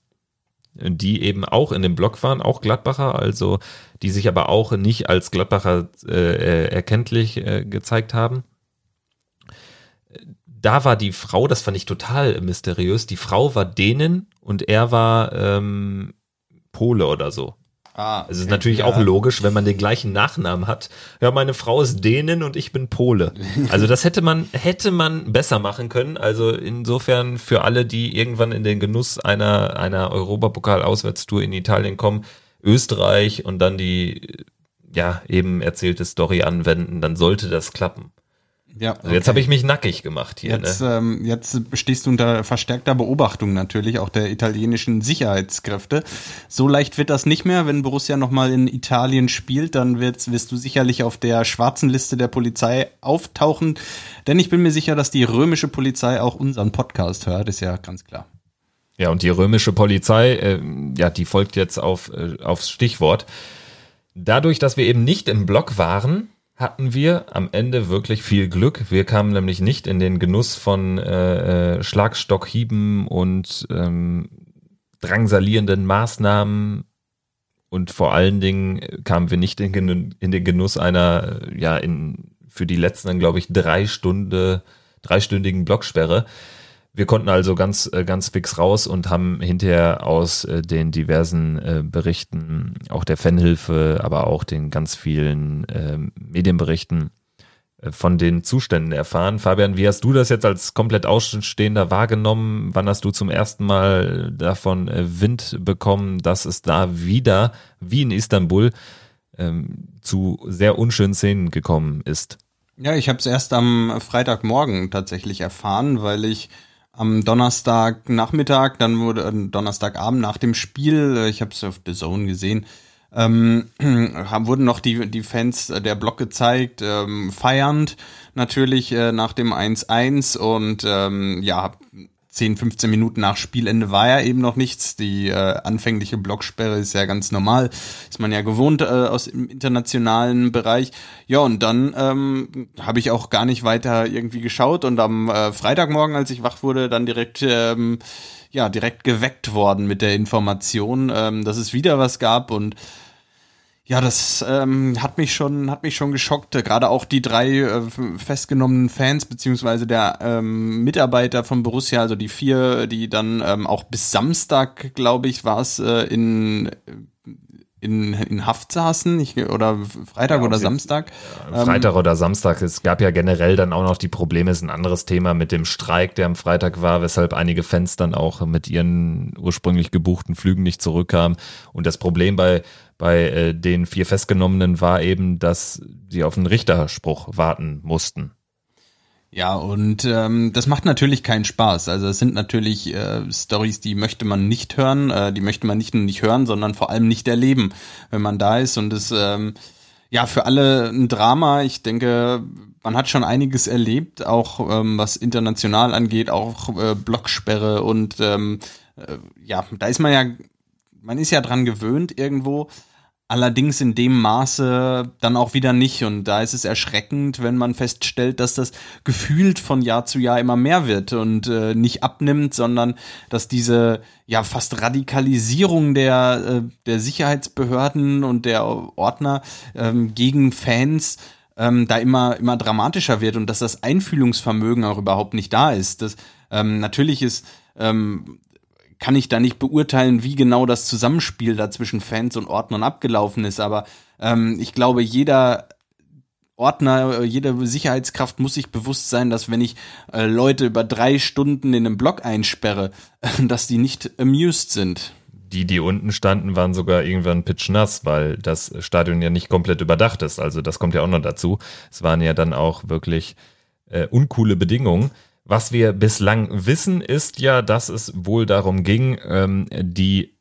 die eben auch in dem Block waren, auch Gladbacher, also die sich aber auch nicht als Gladbacher äh, erkenntlich äh, gezeigt haben. Da war die Frau, das fand ich total mysteriös, die Frau war Dänin und er war ähm, Pole oder so. Ah, Es ist natürlich auch logisch, wenn man den gleichen Nachnamen hat. Ja, meine Frau ist Dänin und ich bin Pole. Also das hätte man, hätte man besser machen können. Also insofern für alle, die irgendwann in den Genuss einer, einer Europapokal-Auswärtstour in Italien kommen, Österreich und dann die, ja, eben erzählte Story anwenden, dann sollte das klappen. Ja, Also jetzt okay. habe ich mich nackig gemacht hier. Jetzt, Ne? ähm, jetzt stehst du unter verstärkter Beobachtung natürlich, auch der italienischen Sicherheitskräfte. So leicht wird das nicht mehr. Wenn Borussia nochmal in Italien spielt, dann wirst, wirst du sicherlich auf der schwarzen Liste der Polizei auftauchen. Denn ich bin mir sicher, dass die römische Polizei auch unseren Podcast hört, ist ja ganz klar. Ja, und die römische Polizei, äh, ja, die folgt jetzt auf, äh, aufs Stichwort. Dadurch, dass wir eben nicht im Block waren, hatten wir am Ende wirklich viel Glück. Wir kamen nämlich nicht in den Genuss von äh, Schlagstockhieben und ähm, drangsalierenden Maßnahmen und vor allen Dingen kamen wir nicht in, Gen- in den Genuss einer, ja, in für die letzten dann, glaube ich, drei Stunde, dreistündigen Blocksperre. Wir konnten also ganz, ganz fix raus und haben hinterher aus den diversen Berichten, auch der Fanhilfe, aber auch den ganz vielen Medienberichten von den Zuständen erfahren. Fabian, wie hast du das jetzt als komplett Außenstehender wahrgenommen? Wann hast du zum ersten Mal davon Wind bekommen, dass es da wieder, wie in Istanbul, zu sehr unschönen Szenen gekommen ist? Ja, ich habe es erst am Freitagmorgen tatsächlich erfahren, weil ich am Donnerstagnachmittag, dann wurde äh, Donnerstagabend nach dem Spiel, äh, ich habe es auf The Zone gesehen, ähm, haben, wurden noch die die Fans der Block gezeigt, ähm, feiernd natürlich äh, nach dem eins eins und ähm, ja, zehn, fünfzehn Minuten nach Spielende war ja eben noch nichts. Die äh, anfängliche Blocksperre ist ja ganz normal, ist man ja gewohnt äh, aus dem internationalen Bereich. Ja, und dann ähm, habe ich auch gar nicht weiter irgendwie geschaut und am äh, Freitagmorgen, als ich wach wurde, dann direkt ähm, ja direkt geweckt worden mit der Information, ähm, dass es wieder was gab. Und ja, das ähm, hat mich schon hat mich schon geschockt. Gerade auch die drei äh, festgenommenen Fans beziehungsweise der ähm, Mitarbeiter von Borussia, also die vier, die dann ähm, auch bis Samstag, glaube ich, war es äh, in in in Haft saßen, ich, oder Freitag ja, oder Samstag. Ja, Freitag ähm, oder Samstag. Es gab ja generell dann auch noch die Probleme, ist ein anderes Thema mit dem Streik, der am Freitag war, weshalb einige Fans dann auch mit ihren ursprünglich gebuchten Flügen nicht zurückkamen. Und das Problem bei bei äh, den vier Festgenommenen war eben, dass sie auf einen Richterspruch warten mussten. Ja, und ähm, das macht natürlich keinen Spaß. Also es sind natürlich äh, Storys, die möchte man nicht hören, äh, die möchte man nicht nur nicht hören, sondern vor allem nicht erleben, wenn man da ist. Und es ähm, ja für alle ein Drama. Ich denke, man hat schon einiges erlebt, auch ähm, was international angeht, auch äh, Blocksperre und ähm, äh, ja, da ist man ja, man ist ja dran gewöhnt irgendwo. Allerdings in dem Maße dann auch wieder nicht. Und da ist es erschreckend, wenn man feststellt, dass das gefühlt von Jahr zu Jahr immer mehr wird und äh, nicht abnimmt, sondern dass diese ja fast Radikalisierung der, äh, der Sicherheitsbehörden und der Ordner ähm, gegen Fans ähm, da immer, immer dramatischer wird und dass das Einfühlungsvermögen auch überhaupt nicht da ist. Das, ähm, natürlich ist ähm, kann ich da nicht beurteilen, wie genau das Zusammenspiel da zwischen Fans und Ordnern abgelaufen ist, aber ähm, ich glaube, jeder Ordner, jede Sicherheitskraft muss sich bewusst sein, dass wenn ich äh, Leute über drei Stunden in einem Block einsperre, äh, dass die nicht amused sind. Die, die unten standen, waren sogar irgendwann pitschnass, weil das Stadion ja nicht komplett überdacht ist, also das kommt ja auch noch dazu. Es waren ja dann auch wirklich äh, uncoole Bedingungen. Was wir bislang wissen, ist ja, dass es wohl darum ging, ähm, die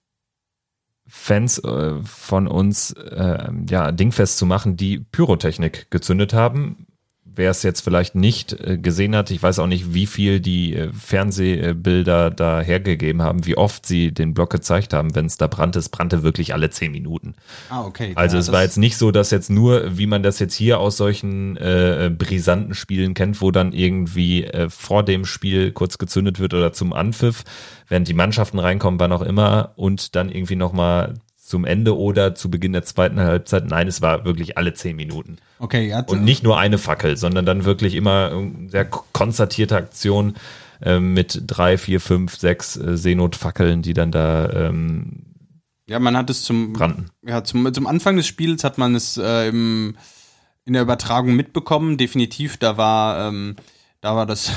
Fans äh, von uns äh, ja dingfest zu machen, die Pyrotechnik gezündet haben. Wer es jetzt vielleicht nicht äh, gesehen hat, ich weiß auch nicht, wie viel die äh, Fernsehbilder da hergegeben haben, wie oft sie den Block gezeigt haben, wenn es da brannte. Es brannte wirklich alle zehn Minuten. Ah, okay. Also ja, es war jetzt nicht so, dass jetzt nur, wie man das jetzt hier aus solchen äh, brisanten Spielen kennt, wo dann irgendwie äh, vor dem Spiel kurz gezündet wird oder zum Anpfiff, während die Mannschaften reinkommen, wann auch immer, und dann irgendwie nochmal zum Ende oder zu Beginn der zweiten Halbzeit. Nein, es war wirklich alle zehn Minuten. Okay, ja. Und nicht nur eine Fackel, sondern dann wirklich immer sehr konzertierte Aktion äh, mit drei, vier, fünf, sechs äh, Seenotfackeln, die dann da ähm, ja, man hat es zum brannten. Ja, zum, zum Anfang des Spiels hat man es äh, im, in der Übertragung mitbekommen. Definitiv, da war ähm, da war das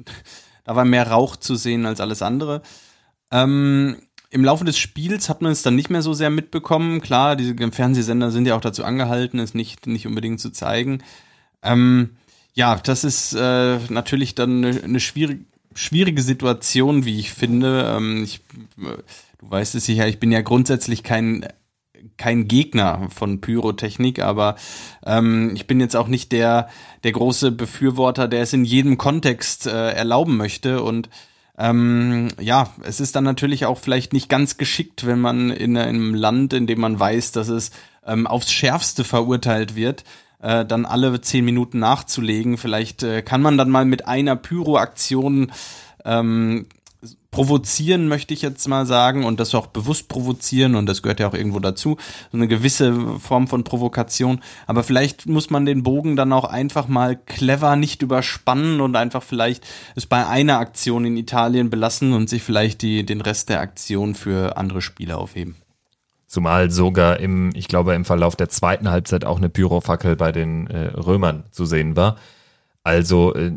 da war mehr Rauch zu sehen als alles andere. Ähm, Im Laufe des Spiels hat man es dann nicht mehr so sehr mitbekommen. Klar, diese Fernsehsender sind ja auch dazu angehalten, es nicht, nicht unbedingt zu zeigen. Ähm, ja, das ist äh, natürlich dann eine, eine schwierige, schwierige Situation, wie ich finde. Ähm, ich, du weißt es sicher, ich bin ja grundsätzlich kein, kein Gegner von Pyrotechnik, aber ähm, ich bin jetzt auch nicht der, der große Befürworter, der es in jedem Kontext äh, erlauben möchte. Und Ähm, ja, es ist dann natürlich auch vielleicht nicht ganz geschickt, wenn man in einem Land, in dem man weiß, dass es ähm, aufs Schärfste verurteilt wird, äh, dann alle zehn Minuten nachzulegen. Vielleicht äh, kann man dann mal mit einer Pyro-Aktion ähm, provozieren, möchte ich jetzt mal sagen, und das auch bewusst provozieren, und das gehört ja auch irgendwo dazu, so eine gewisse Form von Provokation, aber vielleicht muss man den Bogen dann auch einfach mal clever nicht überspannen und einfach vielleicht es bei einer Aktion in Italien belassen und sich vielleicht die, den Rest der Aktion für andere Spiele aufheben. Zumal sogar im, ich glaube im Verlauf der zweiten Halbzeit auch eine Pyrofackel bei den äh, Römern zu sehen war. Also äh,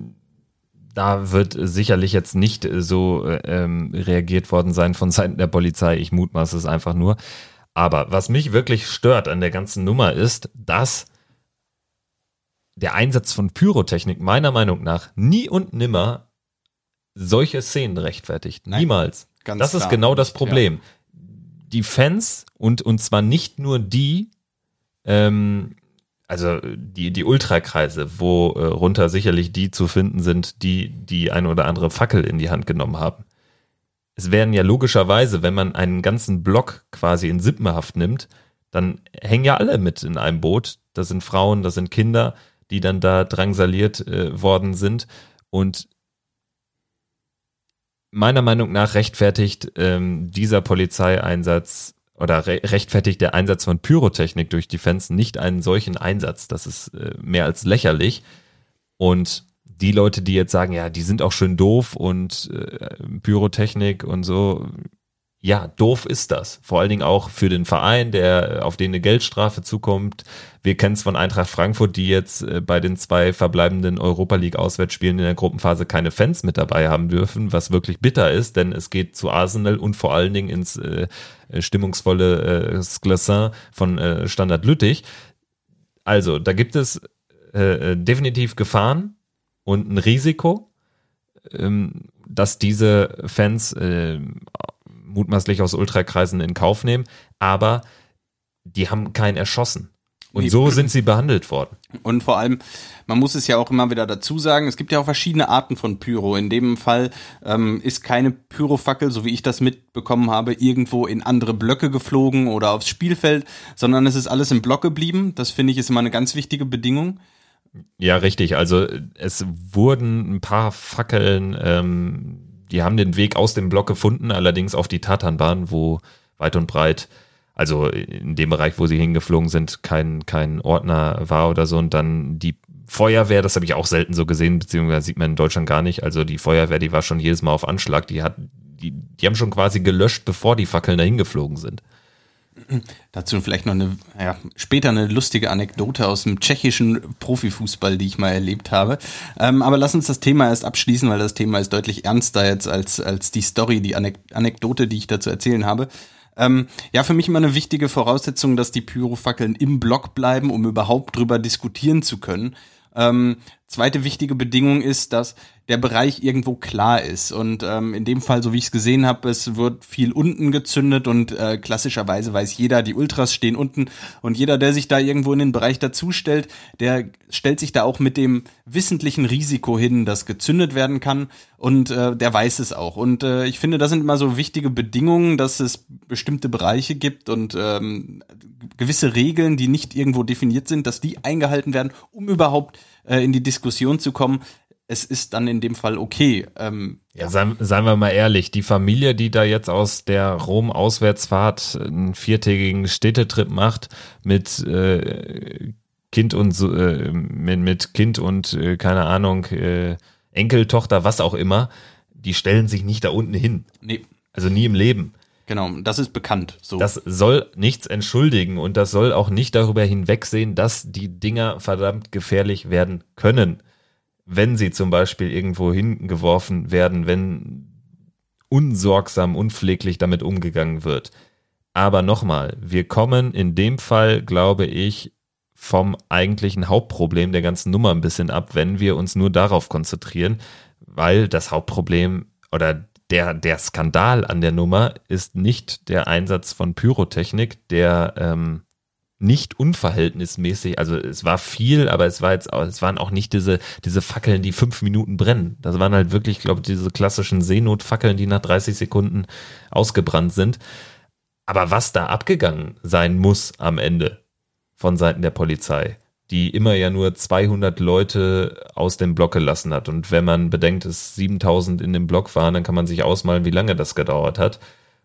da wird sicherlich jetzt nicht so ähm, reagiert worden sein von Seiten der Polizei. Ich mutmaße es einfach nur. Aber was mich wirklich stört an der ganzen Nummer ist, dass der Einsatz von Pyrotechnik meiner Meinung nach nie und nimmer solche Szenen rechtfertigt. Nein, Niemals. Ganz das ist klar. genau das Problem. Ja. Die Fans und, und zwar nicht nur die, ähm, also die, die Ultrakreise, wo äh, runter sicherlich die zu finden sind, die die eine oder andere Fackel in die Hand genommen haben. es werden ja logischerweise, wenn man einen ganzen Block quasi in Sippenhaft nimmt, dann hängen ja alle mit in einem Boot. Das sind Frauen, das sind Kinder, die dann da drangsaliert äh, worden sind. Und meiner Meinung nach rechtfertigt ähm, dieser Polizeieinsatz oder re- rechtfertigt der Einsatz von Pyrotechnik durch die Fans nicht einen solchen Einsatz. Das ist äh, mehr als lächerlich. Und die Leute, die jetzt sagen, ja, die sind auch schön doof und äh, Pyrotechnik und so, ja, doof ist das. Vor allen Dingen auch für den Verein, der auf den eine Geldstrafe zukommt. Wir kennen es von Eintracht Frankfurt, die jetzt äh, bei den zwei verbleibenden Europa League Auswärtsspielen in der Gruppenphase keine Fans mit dabei haben dürfen, was wirklich bitter ist, denn es geht zu Arsenal und vor allen Dingen ins äh, stimmungsvolle äh, Sclessin von äh, Standard Lüttich. Also, da gibt es äh, definitiv Gefahren und ein Risiko, ähm, dass diese Fans äh, mutmaßlich aus Ultrakreisen in Kauf nehmen, aber die haben keinen erschossen. Und so sind sie behandelt worden. Und vor allem, man muss es ja auch immer wieder dazu sagen, es gibt ja auch verschiedene Arten von Pyro. In dem Fall ähm, ist keine Pyrofackel, so wie ich das mitbekommen habe, irgendwo in andere Blöcke geflogen oder aufs Spielfeld, sondern es ist alles im Block geblieben. Das finde ich ist immer eine ganz wichtige Bedingung. Ja, richtig. Also es wurden ein paar Fackeln, ähm, die haben den Weg aus dem Block gefunden, allerdings auf die Tatanbahn, wo weit und breit, also in dem Bereich, wo sie hingeflogen sind, kein, kein Ordner war oder so. Und dann die Feuerwehr, das habe ich auch selten so gesehen, beziehungsweise sieht man in Deutschland gar nicht. Also die Feuerwehr, die war schon jedes Mal auf Anschlag. Die hat, die, die haben schon quasi gelöscht, bevor die Fackeln dahin geflogen sind. Dazu vielleicht noch eine, ja, später eine lustige Anekdote aus dem tschechischen Profifußball, die ich mal erlebt habe. Ähm, aber lass uns das Thema erst abschließen, weil das Thema ist deutlich ernster jetzt als, als die Story, die Anek- Anekdote, die ich da zu erzählen habe. Ähm, ja, für mich immer eine wichtige Voraussetzung, dass die Pyrofackeln im Block bleiben, um überhaupt drüber diskutieren zu können. Ähm, zweite wichtige Bedingung ist, dass der Bereich irgendwo klar ist und ähm, in dem Fall, so wie ich es gesehen habe, es wird viel unten gezündet und äh, klassischerweise weiß jeder, die Ultras stehen unten und jeder, der sich da irgendwo in den Bereich dazustellt, der stellt sich da auch mit dem wissentlichen Risiko hin, dass gezündet werden kann und äh, der weiß es auch und äh, ich finde, das sind immer so wichtige Bedingungen, dass es bestimmte Bereiche gibt und ähm, gewisse Regeln, die nicht irgendwo definiert sind, dass die eingehalten werden, um überhaupt äh, in die Diskussion zu kommen. Es ist dann in dem Fall okay. Ähm, ja, seien, seien wir mal ehrlich, die Familie, die da jetzt aus der Rom-Auswärtsfahrt einen viertägigen Städtetrip macht mit äh, Kind und äh, mit, mit Kind und äh, keine Ahnung, äh, Enkeltochter, was auch immer, die stellen sich nicht da unten hin. Nee. Also nie im Leben. Genau, das ist bekannt. So. Das soll nichts entschuldigen und das soll auch nicht darüber hinwegsehen, dass die Dinger verdammt gefährlich werden können. Wenn sie zum Beispiel irgendwo hingeworfen werden, wenn unsorgsam, unpfleglich damit umgegangen wird. Aber nochmal, wir kommen in dem Fall, glaube ich, vom eigentlichen Hauptproblem der ganzen Nummer ein bisschen ab, wenn wir uns nur darauf konzentrieren, weil das Hauptproblem oder der, der Skandal an der Nummer ist nicht der Einsatz von Pyrotechnik, der ähm, nicht unverhältnismäßig, also es war viel, aber es war jetzt auch, es waren auch nicht diese, diese Fackeln, die fünf Minuten brennen. Das waren halt wirklich, glaube ich, diese klassischen Seenotfackeln, die nach dreißig Sekunden ausgebrannt sind. Aber was da abgegangen sein muss am Ende von Seiten der Polizei, die immer ja nur zweihundert Leute aus dem Block gelassen hat. Und wenn man bedenkt, dass siebentausend in dem Block waren, dann kann man sich ausmalen, wie lange das gedauert hat.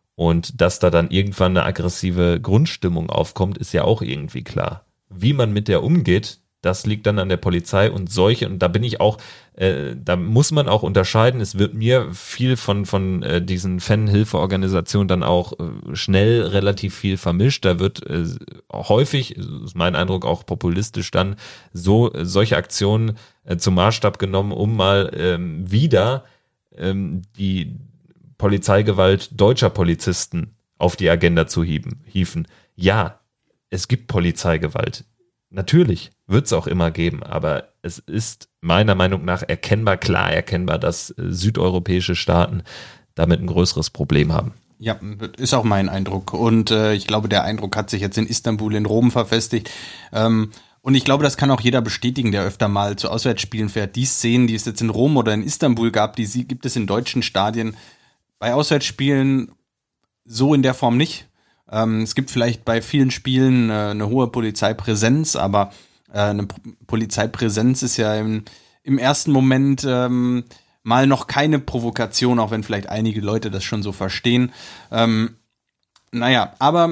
Und dass da dann irgendwann eine aggressive Grundstimmung aufkommt, ist ja auch irgendwie klar. Wie man mit der umgeht, das liegt dann an der Polizei und solche, und da bin ich auch, äh, da muss man auch unterscheiden, es wird mir viel von von äh, diesen Fanhilfeorganisationen dann auch äh, schnell relativ viel vermischt, da wird äh, häufig, ist mein Eindruck auch populistisch dann, so äh, solche Aktionen äh, zum Maßstab genommen, um mal ähm, wieder ähm, die Polizeigewalt deutscher Polizisten auf die Agenda zu hieben, hieven. Ja, es gibt Polizeigewalt. Natürlich wird es auch immer geben, aber es ist meiner Meinung nach erkennbar, klar erkennbar, dass äh, südeuropäische Staaten damit ein größeres Problem haben. Ja, ist auch mein Eindruck. Und äh, ich glaube, der Eindruck hat sich jetzt in Istanbul, in Rom verfestigt. Ähm, und ich glaube, das kann auch jeder bestätigen, der öfter mal zu Auswärtsspielen fährt. Die Szenen, die es jetzt in Rom oder in Istanbul gab, die gibt es in deutschen Stadien bei Auswärtsspielen so in der Form nicht. Ähm, es gibt vielleicht bei vielen Spielen äh, eine hohe Polizeipräsenz, aber äh, eine P- Polizeipräsenz ist ja im, im ersten Moment ähm, mal noch keine Provokation, auch wenn vielleicht einige Leute das schon so verstehen. Ähm, naja, aber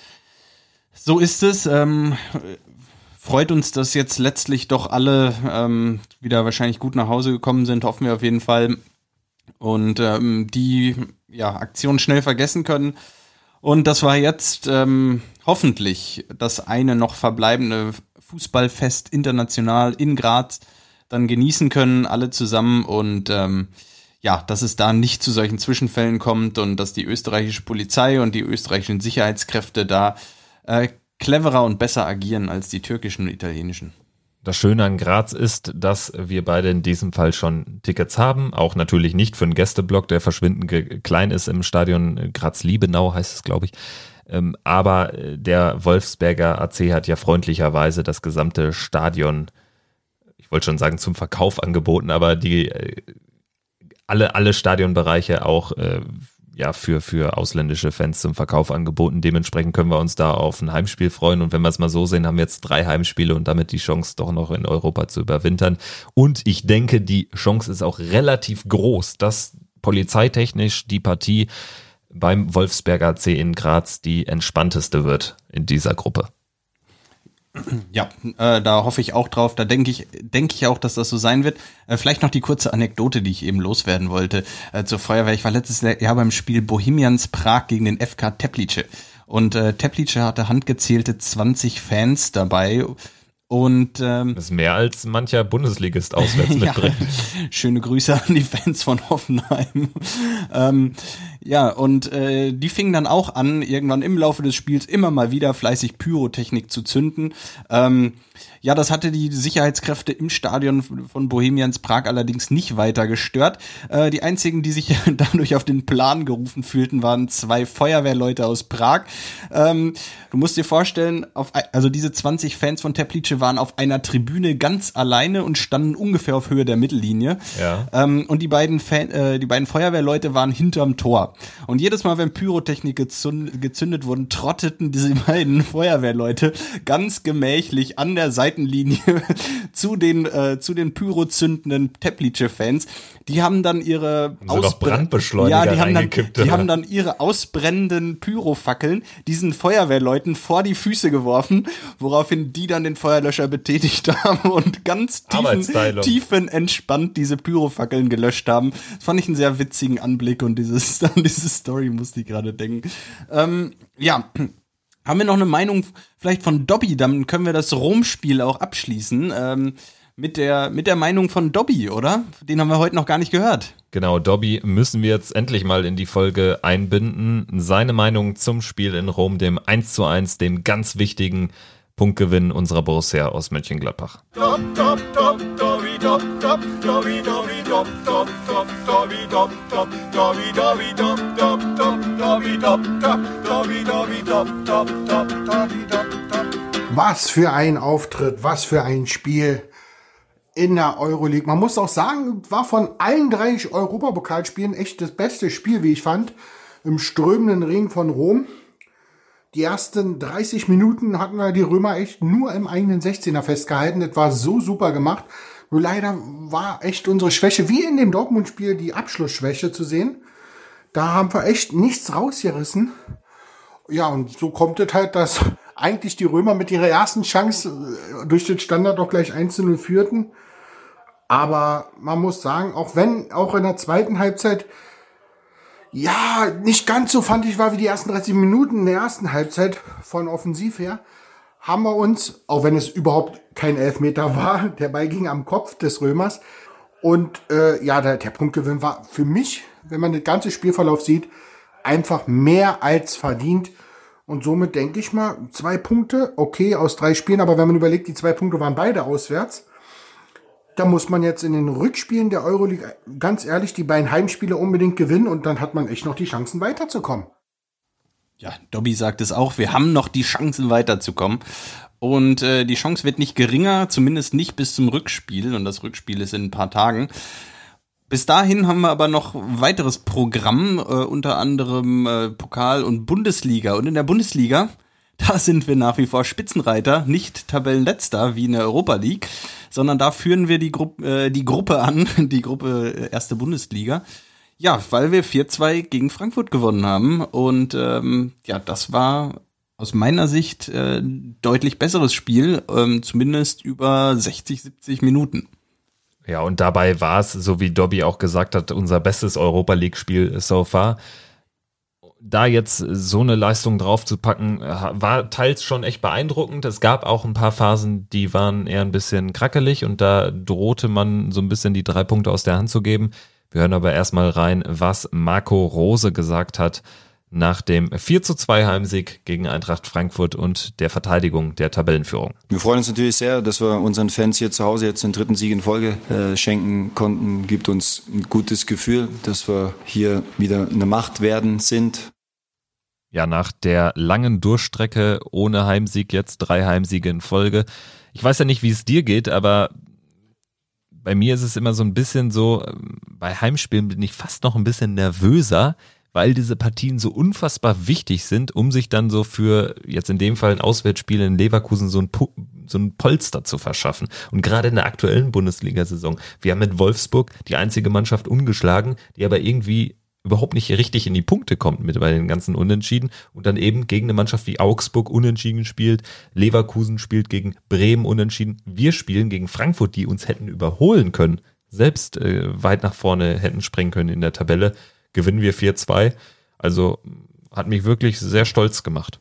so ist es. Ähm, freut uns, dass jetzt letztlich doch alle ähm, wieder wahrscheinlich gut nach Hause gekommen sind, hoffen wir auf jeden Fall. Und ähm, die ja, Aktion schnell vergessen können. Und das war jetzt ähm, hoffentlich das eine noch verbleibende Fußballfest international in Graz dann genießen können, alle zusammen. Und ähm, ja, dass es da nicht zu solchen Zwischenfällen kommt und dass die österreichische Polizei und die österreichischen Sicherheitskräfte da äh, cleverer und besser agieren als die türkischen und italienischen. Das Schöne an Graz ist, dass wir beide in diesem Fall schon Tickets haben, auch natürlich nicht für einen Gästeblock, der verschwindend ge- klein ist im Stadion Graz-Liebenau, heißt es, glaube ich. Ähm, aber der Wolfsberger A C hat ja freundlicherweise das gesamte Stadion, ich wollte schon sagen zum Verkauf angeboten, aber die äh, alle alle Stadionbereiche auch äh, ja für für ausländische Fans zum Verkauf angeboten. Dementsprechend können wir uns da auf ein Heimspiel freuen. Und wenn wir es mal so sehen, haben wir jetzt drei Heimspiele und damit die Chance, doch noch in Europa zu überwintern. Und ich denke, die Chance ist auch relativ groß, dass polizeitechnisch die Partie beim Wolfsberger A C in Graz die entspannteste wird in dieser Gruppe. Ja, äh, da hoffe ich auch drauf. Da denke ich, denke ich auch, dass das so sein wird. Äh, vielleicht noch die kurze Anekdote, die ich eben loswerden wollte äh, zur Feuerwehr. Ich war letztes Jahr beim Spiel Bohemians Prag gegen den F K Teplice. Und äh, Teplice hatte handgezählte zwanzig Fans dabei. Und ähm, das ist mehr als mancher Bundesligist auswärts mitbringt. Ja, schöne Grüße an die Fans von Hoffenheim. ähm, ja, und äh, die fingen dann auch an, irgendwann im Laufe des Spiels immer mal wieder fleißig Pyrotechnik zu zünden. Ähm, ja, das hatte die Sicherheitskräfte im Stadion von Bohemians Prag allerdings nicht weiter gestört. Äh, die einzigen, die sich dadurch auf den Plan gerufen fühlten, waren zwei Feuerwehrleute aus Prag. Ähm, du musst dir vorstellen, auf, also diese zwanzig Fans von Teplice waren auf einer Tribüne ganz alleine und standen ungefähr auf Höhe der Mittellinie. Ja. Ähm, und die beiden Fan, äh, die beiden Feuerwehrleute waren hinterm Tor. Und jedes Mal, wenn Pyrotechnik gezündet, gezündet wurden, trotteten diese beiden Feuerwehrleute ganz gemächlich an der Seitenlinie zu den äh, zu den pyrozündenden Teplice-Fans. Die haben dann ihre haben sie doch Brandbeschleuniger ja, die haben dann, reingekippt, die oder? haben dann ihre ausbrennenden Pyrofackeln diesen Feuerwehrleuten vor die Füße geworfen, woraufhin die dann den Feuerlöscher betätigt haben und ganz tiefen, tiefenentspannt diese Pyrofackeln gelöscht haben. Das fand ich einen sehr witzigen Anblick und dieses, an diese Story musste ich gerade denken. Ähm, ja, haben wir noch eine Meinung vielleicht von Dobby? Dann können wir das Rom-Spiel auch abschließen. Ähm, mit der, mit der Meinung von Dobby, oder? Den haben wir heute noch gar nicht gehört. Genau, Dobby müssen wir jetzt endlich mal in die Folge einbinden. Seine Meinung zum Spiel in Rom, dem eins zu eins, dem ganz wichtigen Punktgewinn unserer Borussia aus Mönchengladbach. Was für ein Auftritt, was für ein Spiel in der Euroleague. Man muss auch sagen, war von allen drei Europapokalspielen echt das beste Spiel, wie ich fand, im strömenden Regen von Rom. Die ersten dreißig Minuten hatten wir die Römer echt nur im eigenen sechzehner festgehalten. Das war so super gemacht. Nur leider war echt unsere Schwäche, wie in dem Dortmund-Spiel, die Abschlussschwäche zu sehen. Da haben wir echt nichts rausgerissen. Ja, und so kommt es halt, dass eigentlich die Römer mit ihrer ersten Chance durch den Standard auch gleich eins zu null führten. Aber man muss sagen, auch wenn auch in der zweiten Halbzeit ja nicht ganz so fand ich war wie die ersten dreißig Minuten in der ersten Halbzeit von offensiv her, haben wir uns, auch wenn es überhaupt kein Elfmeter war, der Ball ging am Kopf des Römers. Und äh, ja, der, der Punktgewinn war für mich, wenn man den ganzen Spielverlauf sieht, einfach mehr als verdient. Und somit denke ich mal, zwei Punkte, okay, aus drei Spielen, aber wenn man überlegt, die zwei Punkte waren beide auswärts, da muss man jetzt in den Rückspielen der Euroleague ganz ehrlich die beiden Heimspiele unbedingt gewinnen und dann hat man echt noch die Chancen weiterzukommen. Ja, Dobby sagt es auch, wir haben noch die Chancen weiterzukommen. Und äh, die Chance wird nicht geringer, zumindest nicht bis zum Rückspiel. Und das Rückspiel ist in ein paar Tagen. Bis dahin haben wir aber noch ein weiteres Programm, äh, unter anderem äh, Pokal und Bundesliga. Und in der Bundesliga, da sind wir nach wie vor Spitzenreiter, nicht Tabellenletzter wie in der Europa League, sondern da führen wir die, Gru- äh, die Gruppe an, die Gruppe äh, erste Bundesliga. Ja, weil wir vier zwei gegen Frankfurt gewonnen haben. Und ähm, ja, das war aus meiner Sicht äh, deutlich besseres Spiel, ähm, zumindest über sechzig, siebzig Minuten. Ja, und dabei war es, so wie Dobby auch gesagt hat, unser bestes Europa-League-Spiel so far. Da jetzt so eine Leistung draufzupacken, war teils schon echt beeindruckend. Es gab auch ein paar Phasen, die waren eher ein bisschen krackelig und da drohte man so ein bisschen die drei Punkte aus der Hand zu geben. Wir hören aber erstmal rein, was Marco Rose gesagt hat nach dem vier zu zwei Heimsieg gegen Eintracht Frankfurt und der Verteidigung der Tabellenführung. Wir freuen uns natürlich sehr, dass wir unseren Fans hier zu Hause jetzt den dritten Sieg in Folge äh, schenken konnten. Gibt uns ein gutes Gefühl, dass wir hier wieder eine Macht werden sind. Ja, nach der langen Durchstrecke ohne Heimsieg jetzt drei Heimsiege in Folge. Ich weiß ja nicht, wie es dir geht, aber bei mir ist es immer so ein bisschen so, bei Heimspielen bin ich fast noch ein bisschen nervöser, weil diese Partien so unfassbar wichtig sind, um sich dann so für, jetzt in dem Fall ein Auswärtsspiel in Leverkusen, so ein, so ein Polster zu verschaffen. Und gerade in der aktuellen Bundesliga-Saison, wir haben mit Wolfsburg die einzige Mannschaft ungeschlagen, die aber irgendwie überhaupt nicht richtig in die Punkte kommt mit bei den ganzen Unentschieden und dann eben gegen eine Mannschaft wie Augsburg unentschieden spielt, Leverkusen spielt gegen Bremen unentschieden, wir spielen gegen Frankfurt, die uns hätten überholen können, selbst äh, weit nach vorne hätten springen können in der Tabelle, gewinnen wir vier zwei, also hat mich wirklich sehr stolz gemacht.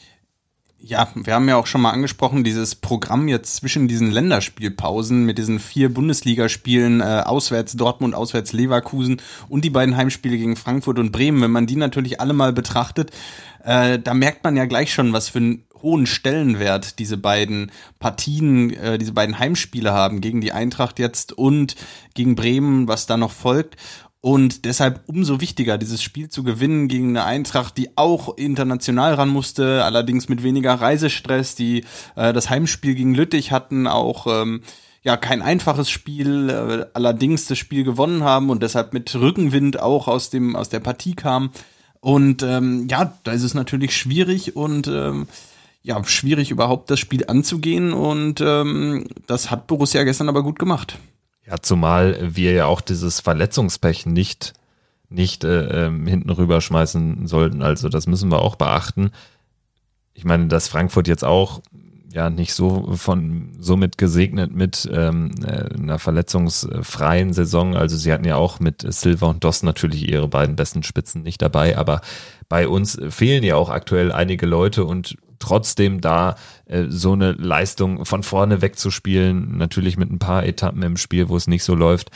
Ja, wir haben ja auch schon mal angesprochen, dieses Programm jetzt zwischen diesen Länderspielpausen mit diesen vier Bundesligaspielen, äh, auswärts Dortmund, auswärts Leverkusen und die beiden Heimspiele gegen Frankfurt und Bremen, wenn man die natürlich alle mal betrachtet, äh, da merkt man ja gleich schon, was für einen hohen Stellenwert diese beiden Partien, äh, diese beiden Heimspiele haben, gegen die Eintracht jetzt und gegen Bremen, was da noch folgt. Und deshalb umso wichtiger, dieses Spiel zu gewinnen gegen eine Eintracht, die auch international ran musste, allerdings mit weniger Reisestress, die äh, das Heimspiel gegen Lüttich hatten, auch ähm, ja kein einfaches Spiel, äh, allerdings das Spiel gewonnen haben und deshalb mit Rückenwind auch aus dem aus der Partie kam. Und ähm, ja, da ist es natürlich schwierig und ähm, ja schwierig überhaupt das Spiel anzugehen und ähm, das hat Borussia gestern aber gut gemacht. Ja, zumal wir ja auch dieses Verletzungspech nicht, nicht äh, ähm, hinten rüberschmeißen sollten. Also das müssen wir auch beachten. Ich meine, dass Frankfurt jetzt auch ja nicht so von somit gesegnet mit ähm, einer verletzungsfreien Saison. Also sie hatten ja auch mit Silva und Doss natürlich ihre beiden besten Spitzen nicht dabei. Aber bei uns fehlen ja auch aktuell einige Leute und trotzdem da äh, so eine Leistung von vorne wegzuspielen, natürlich mit ein paar Etappen im Spiel, wo es nicht so läuft,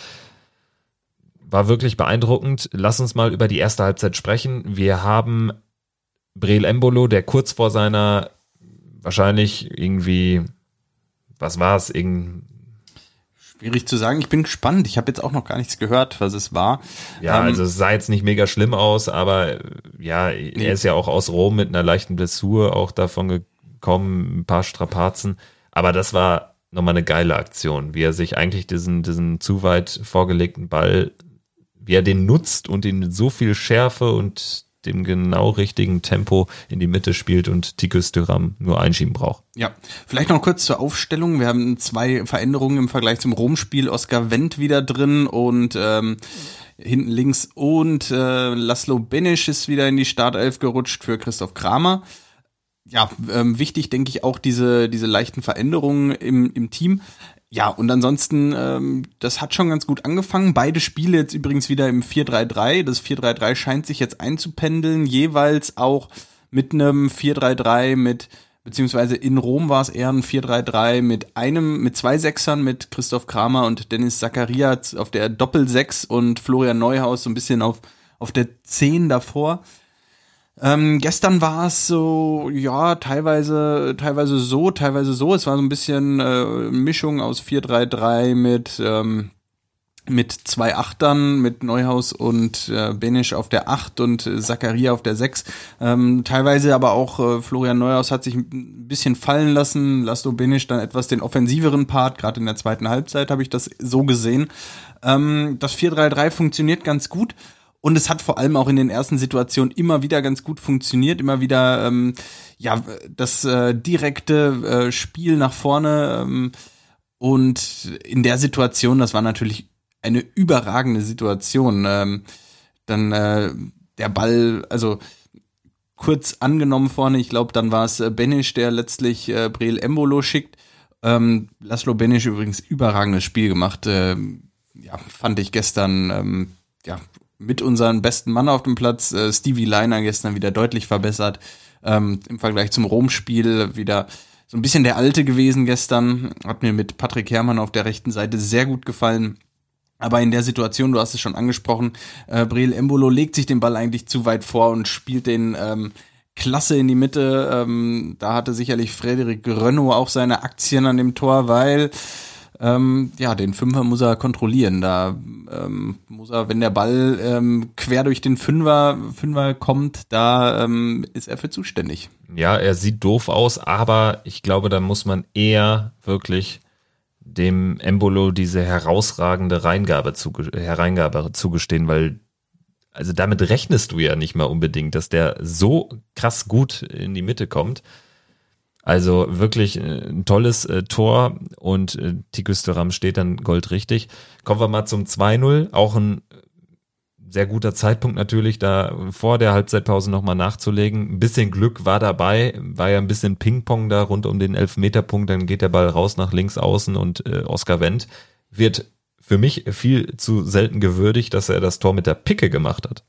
war wirklich beeindruckend. Lass uns mal über die erste Halbzeit sprechen. Wir haben Breel Embolo, der kurz vor seiner wahrscheinlich irgendwie, was war es, irgend Schwierig zu sagen, ich bin gespannt. Ich habe jetzt auch noch gar nichts gehört, was es war. Ja, ähm, also es sah jetzt nicht mega schlimm aus, aber ja, nee. Er ist ja auch aus Rom mit einer leichten Blessur auch davon gekommen, ein paar Strapazen. Aber das war nochmal eine geile Aktion, wie er sich eigentlich diesen, diesen zu weit vorgelegten Ball, wie er den nutzt und ihn mit so viel Schärfe und dem genau richtigen Tempo in die Mitte spielt und Tikus Thuram nur einschieben braucht. Ja, vielleicht noch kurz zur Aufstellung. Wir haben zwei Veränderungen im Vergleich zum Rom-Spiel. Oskar Wendt wieder drin und ähm, hinten links und äh, Laszlo Benisch ist wieder in die Startelf gerutscht für Christoph Kramer. Ja, ähm, wichtig denke ich auch diese diese leichten Veränderungen im im Team. Ja, und ansonsten, ähm, das hat schon ganz gut angefangen. Beide Spiele jetzt übrigens wieder im vier drei drei. Das vier drei drei scheint sich jetzt einzupendeln, jeweils auch mit einem vier drei drei mit, beziehungsweise in Rom war es eher ein vier drei drei mit einem, mit zwei Sechsern, mit Christoph Kramer und Dennis Zakaria auf der Doppel-Sechs und Florian Neuhaus so ein bisschen auf, auf der zehn davor. Ähm, gestern war es so, ja, teilweise teilweise so, teilweise so. Es war so ein bisschen äh, Mischung aus vier drei drei mit ähm, mit zwei Achtern, mit Neuhaus und äh, Benisch auf der acht und äh, Zakaria auf der sechs. Ähm, teilweise aber auch äh, Florian Neuhaus hat sich ein bisschen fallen lassen, Laszlo Benisch dann etwas den offensiveren Part, gerade in der zweiten Halbzeit habe ich das so gesehen. Ähm, das vier drei drei funktioniert ganz gut und es hat vor allem auch in den ersten Situationen immer wieder ganz gut funktioniert, immer wieder ähm, ja das äh, direkte äh, Spiel nach vorne ähm, und in der Situation, das war natürlich eine überragende Situation. Ähm, dann äh, der Ball, also kurz angenommen vorne, ich glaube, dann war es äh, Benisch, der letztlich äh, Breel Embolo schickt. Ähm, Laszlo Benisch übrigens überragendes Spiel gemacht. Ähm, ja, fand ich gestern ähm, ja mit unserem besten Mann auf dem Platz. Äh, Stevie Leiner gestern wieder deutlich verbessert. Ähm, im Vergleich zum Rom-Spiel wieder so ein bisschen der Alte gewesen gestern. Hat mir mit Patrick Herrmann auf der rechten Seite sehr gut gefallen. Aber in der Situation, du hast es schon angesprochen, äh, Breel Embolo legt sich den Ball eigentlich zu weit vor und spielt den ähm, klasse in die Mitte. Ähm, da hatte sicherlich Frederik Renaud auch seine Aktien an dem Tor, weil ähm, ja, den Fünfer muss er kontrollieren. Da ähm, muss er, wenn der Ball ähm, quer durch den Fünfer, Fünfer kommt, da ähm, ist er für zuständig. Ja, er sieht doof aus, aber ich glaube, da muss man eher wirklich dem Embolo diese herausragende Reingabe, zuge- Hereingabe zugestehen, weil also damit rechnest du ja nicht mal unbedingt, dass der so krass gut in die Mitte kommt. Also wirklich ein tolles äh, Tor und äh, Tikus Thuram steht dann goldrichtig. Kommen wir mal zum zwei null, auch ein sehr guter Zeitpunkt natürlich, da vor der Halbzeitpause nochmal nachzulegen. Ein bisschen Glück war dabei, war ja ein bisschen Ping-Pong da rund um den Elfmeterpunkt, dann geht der Ball raus nach links außen und äh, Oskar Wendt wird für mich viel zu selten gewürdigt, dass er das Tor mit der Picke gemacht hat.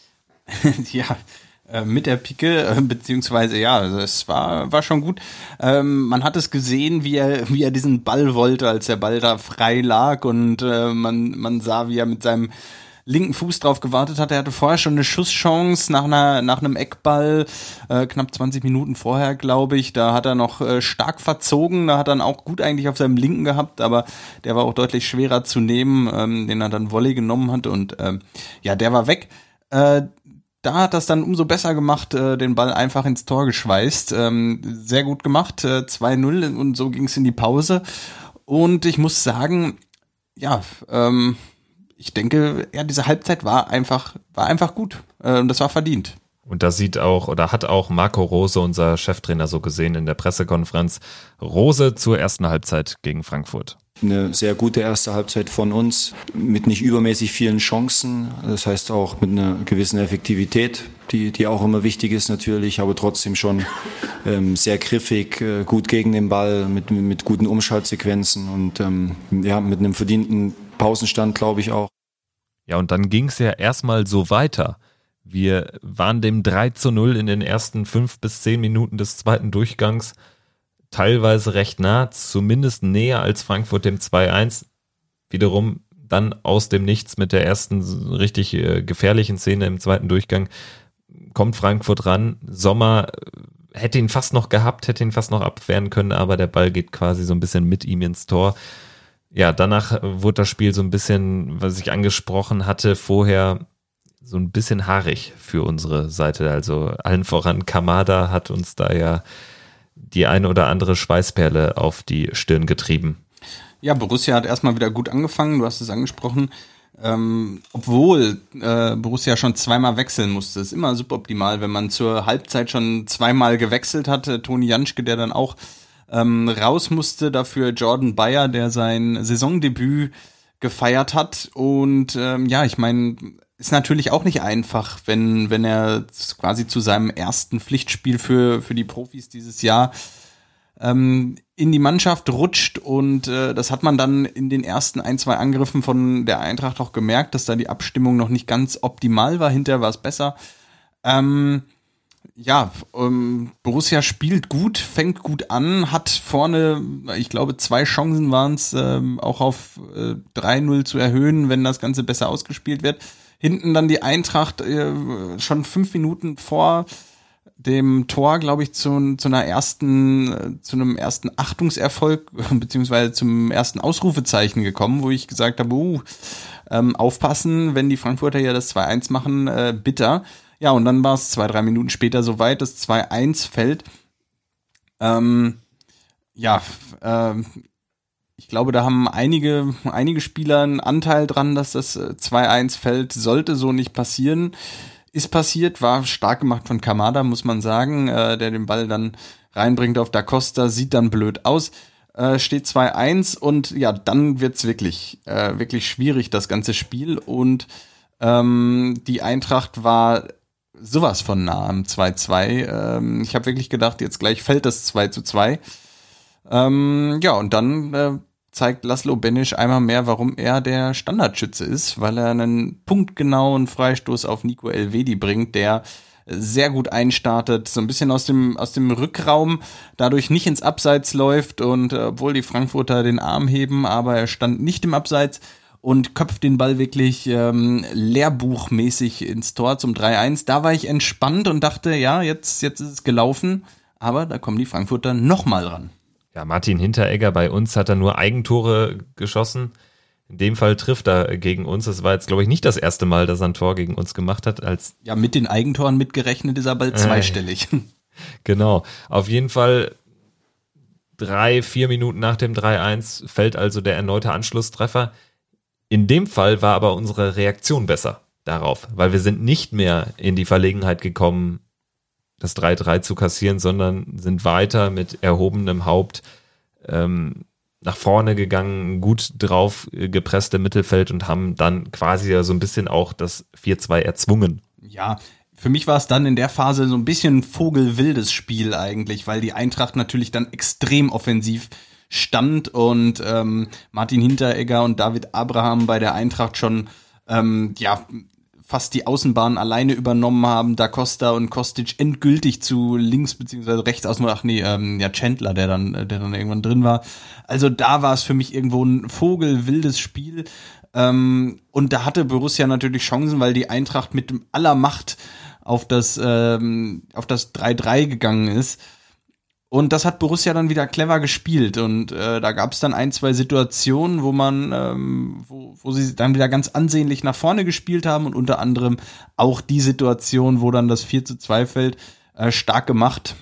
Ja, äh, mit der Picke, äh, beziehungsweise ja, also es war, war schon gut. Ähm, man hat es gesehen, wie er, wie er diesen Ball wollte, als der Ball da frei lag und äh, man, man sah, wie er mit seinem linken Fuß drauf gewartet hat. Er hatte vorher schon eine Schusschance nach einer nach einem Eckball, äh, knapp zwanzig Minuten vorher, glaube ich. Da hat er noch äh, stark verzogen. Da hat er dann auch gut eigentlich auf seinem linken gehabt, aber der war auch deutlich schwerer zu nehmen, ähm, den er dann Volley genommen hat. Und ähm, ja, der war weg. Äh, da hat das dann umso besser gemacht, äh, den Ball einfach ins Tor geschweißt. Ähm, sehr gut gemacht, äh, zwei null und so ging es in die Pause. Und ich muss sagen, ja, ähm, ich denke, ja, diese Halbzeit war einfach, war einfach gut äh, und das war verdient. Und da sieht auch, oder hat auch Marco Rose, unser Cheftrainer, so gesehen in der Pressekonferenz. Rose zur ersten Halbzeit gegen Frankfurt. Eine sehr gute erste Halbzeit von uns, mit nicht übermäßig vielen Chancen. Das heißt auch mit einer gewissen Effektivität, die, die auch immer wichtig ist natürlich, aber trotzdem schon ähm, sehr griffig, äh, gut gegen den Ball, mit, mit guten Umschaltsequenzen und ähm, ja, mit einem verdienten Pausenstand, glaube ich auch. Ja, und dann ging es ja erstmal so weiter. Wir waren dem drei zu null in den ersten fünf bis zehn Minuten des zweiten Durchgangs teilweise recht nah, zumindest näher als Frankfurt dem zwei eins. Wiederum dann aus dem Nichts mit der ersten richtig äh, gefährlichen Szene im zweiten Durchgang kommt Frankfurt ran. Sommer hätte ihn fast noch gehabt, hätte ihn fast noch abwehren können, aber der Ball geht quasi so ein bisschen mit ihm ins Tor. Ja, danach wurde das Spiel so ein bisschen, was ich angesprochen hatte, vorher so ein bisschen haarig für unsere Seite. Also allen voran Kamada hat uns da ja die eine oder andere Schweißperle auf die Stirn getrieben. Ja, Borussia hat erstmal wieder gut angefangen, du hast es angesprochen. Ähm, obwohl äh, Borussia schon zweimal wechseln musste. Ist immer suboptimal, wenn man zur Halbzeit schon zweimal gewechselt hat. Äh, Toni Janschke, der dann auch ähm, raus musste, dafür Jordan Bayer, der sein Saisondebüt gefeiert hat. Und ähm, ja, ich meine, ist natürlich auch nicht einfach, wenn wenn er quasi zu seinem ersten Pflichtspiel für für die Profis dieses Jahr ähm, in die Mannschaft rutscht und äh, das hat man dann in den ersten ein, zwei Angriffen von der Eintracht auch gemerkt, dass da die Abstimmung noch nicht ganz optimal war, hinterher war es besser. Ähm, ja, ähm, Borussia spielt gut, fängt gut an, hat vorne, ich glaube, zwei Chancen waren es, ähm, auch auf äh, drei null zu erhöhen, wenn das Ganze besser ausgespielt wird. Hinten dann die Eintracht äh, schon fünf Minuten vor dem Tor, glaube ich, zu, zu einer ersten, zu einem ersten Achtungserfolg, beziehungsweise zum ersten Ausrufezeichen gekommen, wo ich gesagt habe, uh, ähm, aufpassen, wenn die Frankfurter ja das zwei eins machen, äh, bitter. Ja, und dann war es zwei, drei Minuten später soweit, das zwei eins fällt. Ähm, ja, äh, ich glaube, da haben einige, einige Spieler einen Anteil dran, dass das zwei eins fällt. Sollte so nicht passieren. Ist passiert, war stark gemacht von Kamada, muss man sagen, äh, der den Ball dann reinbringt auf Da Costa, sieht dann blöd aus. Äh, steht zwei eins und ja, dann wird's wirklich, äh, wirklich schwierig, das ganze Spiel. Und ähm, die Eintracht war sowas von nah am zwei zwei. Ähm, ich habe wirklich gedacht, jetzt gleich fällt das zwei zu zwei. Ähm, ja, und dann äh, zeigt Laszlo Benisch einmal mehr, warum er der Standardschütze ist, weil er einen punktgenauen Freistoß auf Nico Elvedi bringt, der sehr gut einstartet, so ein bisschen aus dem aus dem Rückraum, dadurch nicht ins Abseits läuft und äh, obwohl die Frankfurter den Arm heben, aber er stand nicht im Abseits und köpft den Ball wirklich ähm, lehrbuchmäßig ins Tor zum drei eins. Da war ich entspannt und dachte, ja, jetzt, jetzt ist es gelaufen, aber da kommen die Frankfurter nochmal ran. Ja, Martin Hinteregger, bei uns hat er nur Eigentore geschossen. In dem Fall trifft er gegen uns. Das war jetzt, glaube ich, nicht das erste Mal, dass er ein Tor gegen uns gemacht hat. Als ja, mit den Eigentoren mitgerechnet ist er bald zweistellig. Äh, genau, auf jeden Fall drei, vier Minuten nach dem drei eins fällt also der erneute Anschlusstreffer. In dem Fall war aber unsere Reaktion besser darauf, weil wir sind nicht mehr in die Verlegenheit gekommen, das drei drei zu kassieren, sondern sind weiter mit erhobenem Haupt ähm, nach vorne gegangen, gut drauf gepresst im Mittelfeld und haben dann quasi ja so ein bisschen auch das vier zwei erzwungen. Ja, für mich war es dann in der Phase so ein bisschen vogelwildes Spiel eigentlich, weil die Eintracht natürlich dann extrem offensiv stand und ähm, Martin Hinteregger und David Abraham bei der Eintracht schon ähm, ja fast die Außenbahn alleine übernommen haben, Da Costa und Kostic endgültig zu links beziehungsweise rechts außen, ach nee, ähm, ja Chandler, der dann, der dann irgendwann drin war. Also da war es für mich irgendwo ein vogelwildes Spiel. Ähm, und da hatte Borussia natürlich Chancen, weil die Eintracht mit aller Macht auf das, ähm, auf das drei drei gegangen ist. Und das hat Borussia dann wieder clever gespielt und äh, da gab es dann ein, zwei Situationen, wo man, ähm, wo, wo sie dann wieder ganz ansehnlich nach vorne gespielt haben und unter anderem auch die Situation, wo dann das vier zu zwei fällt, äh, stark gemacht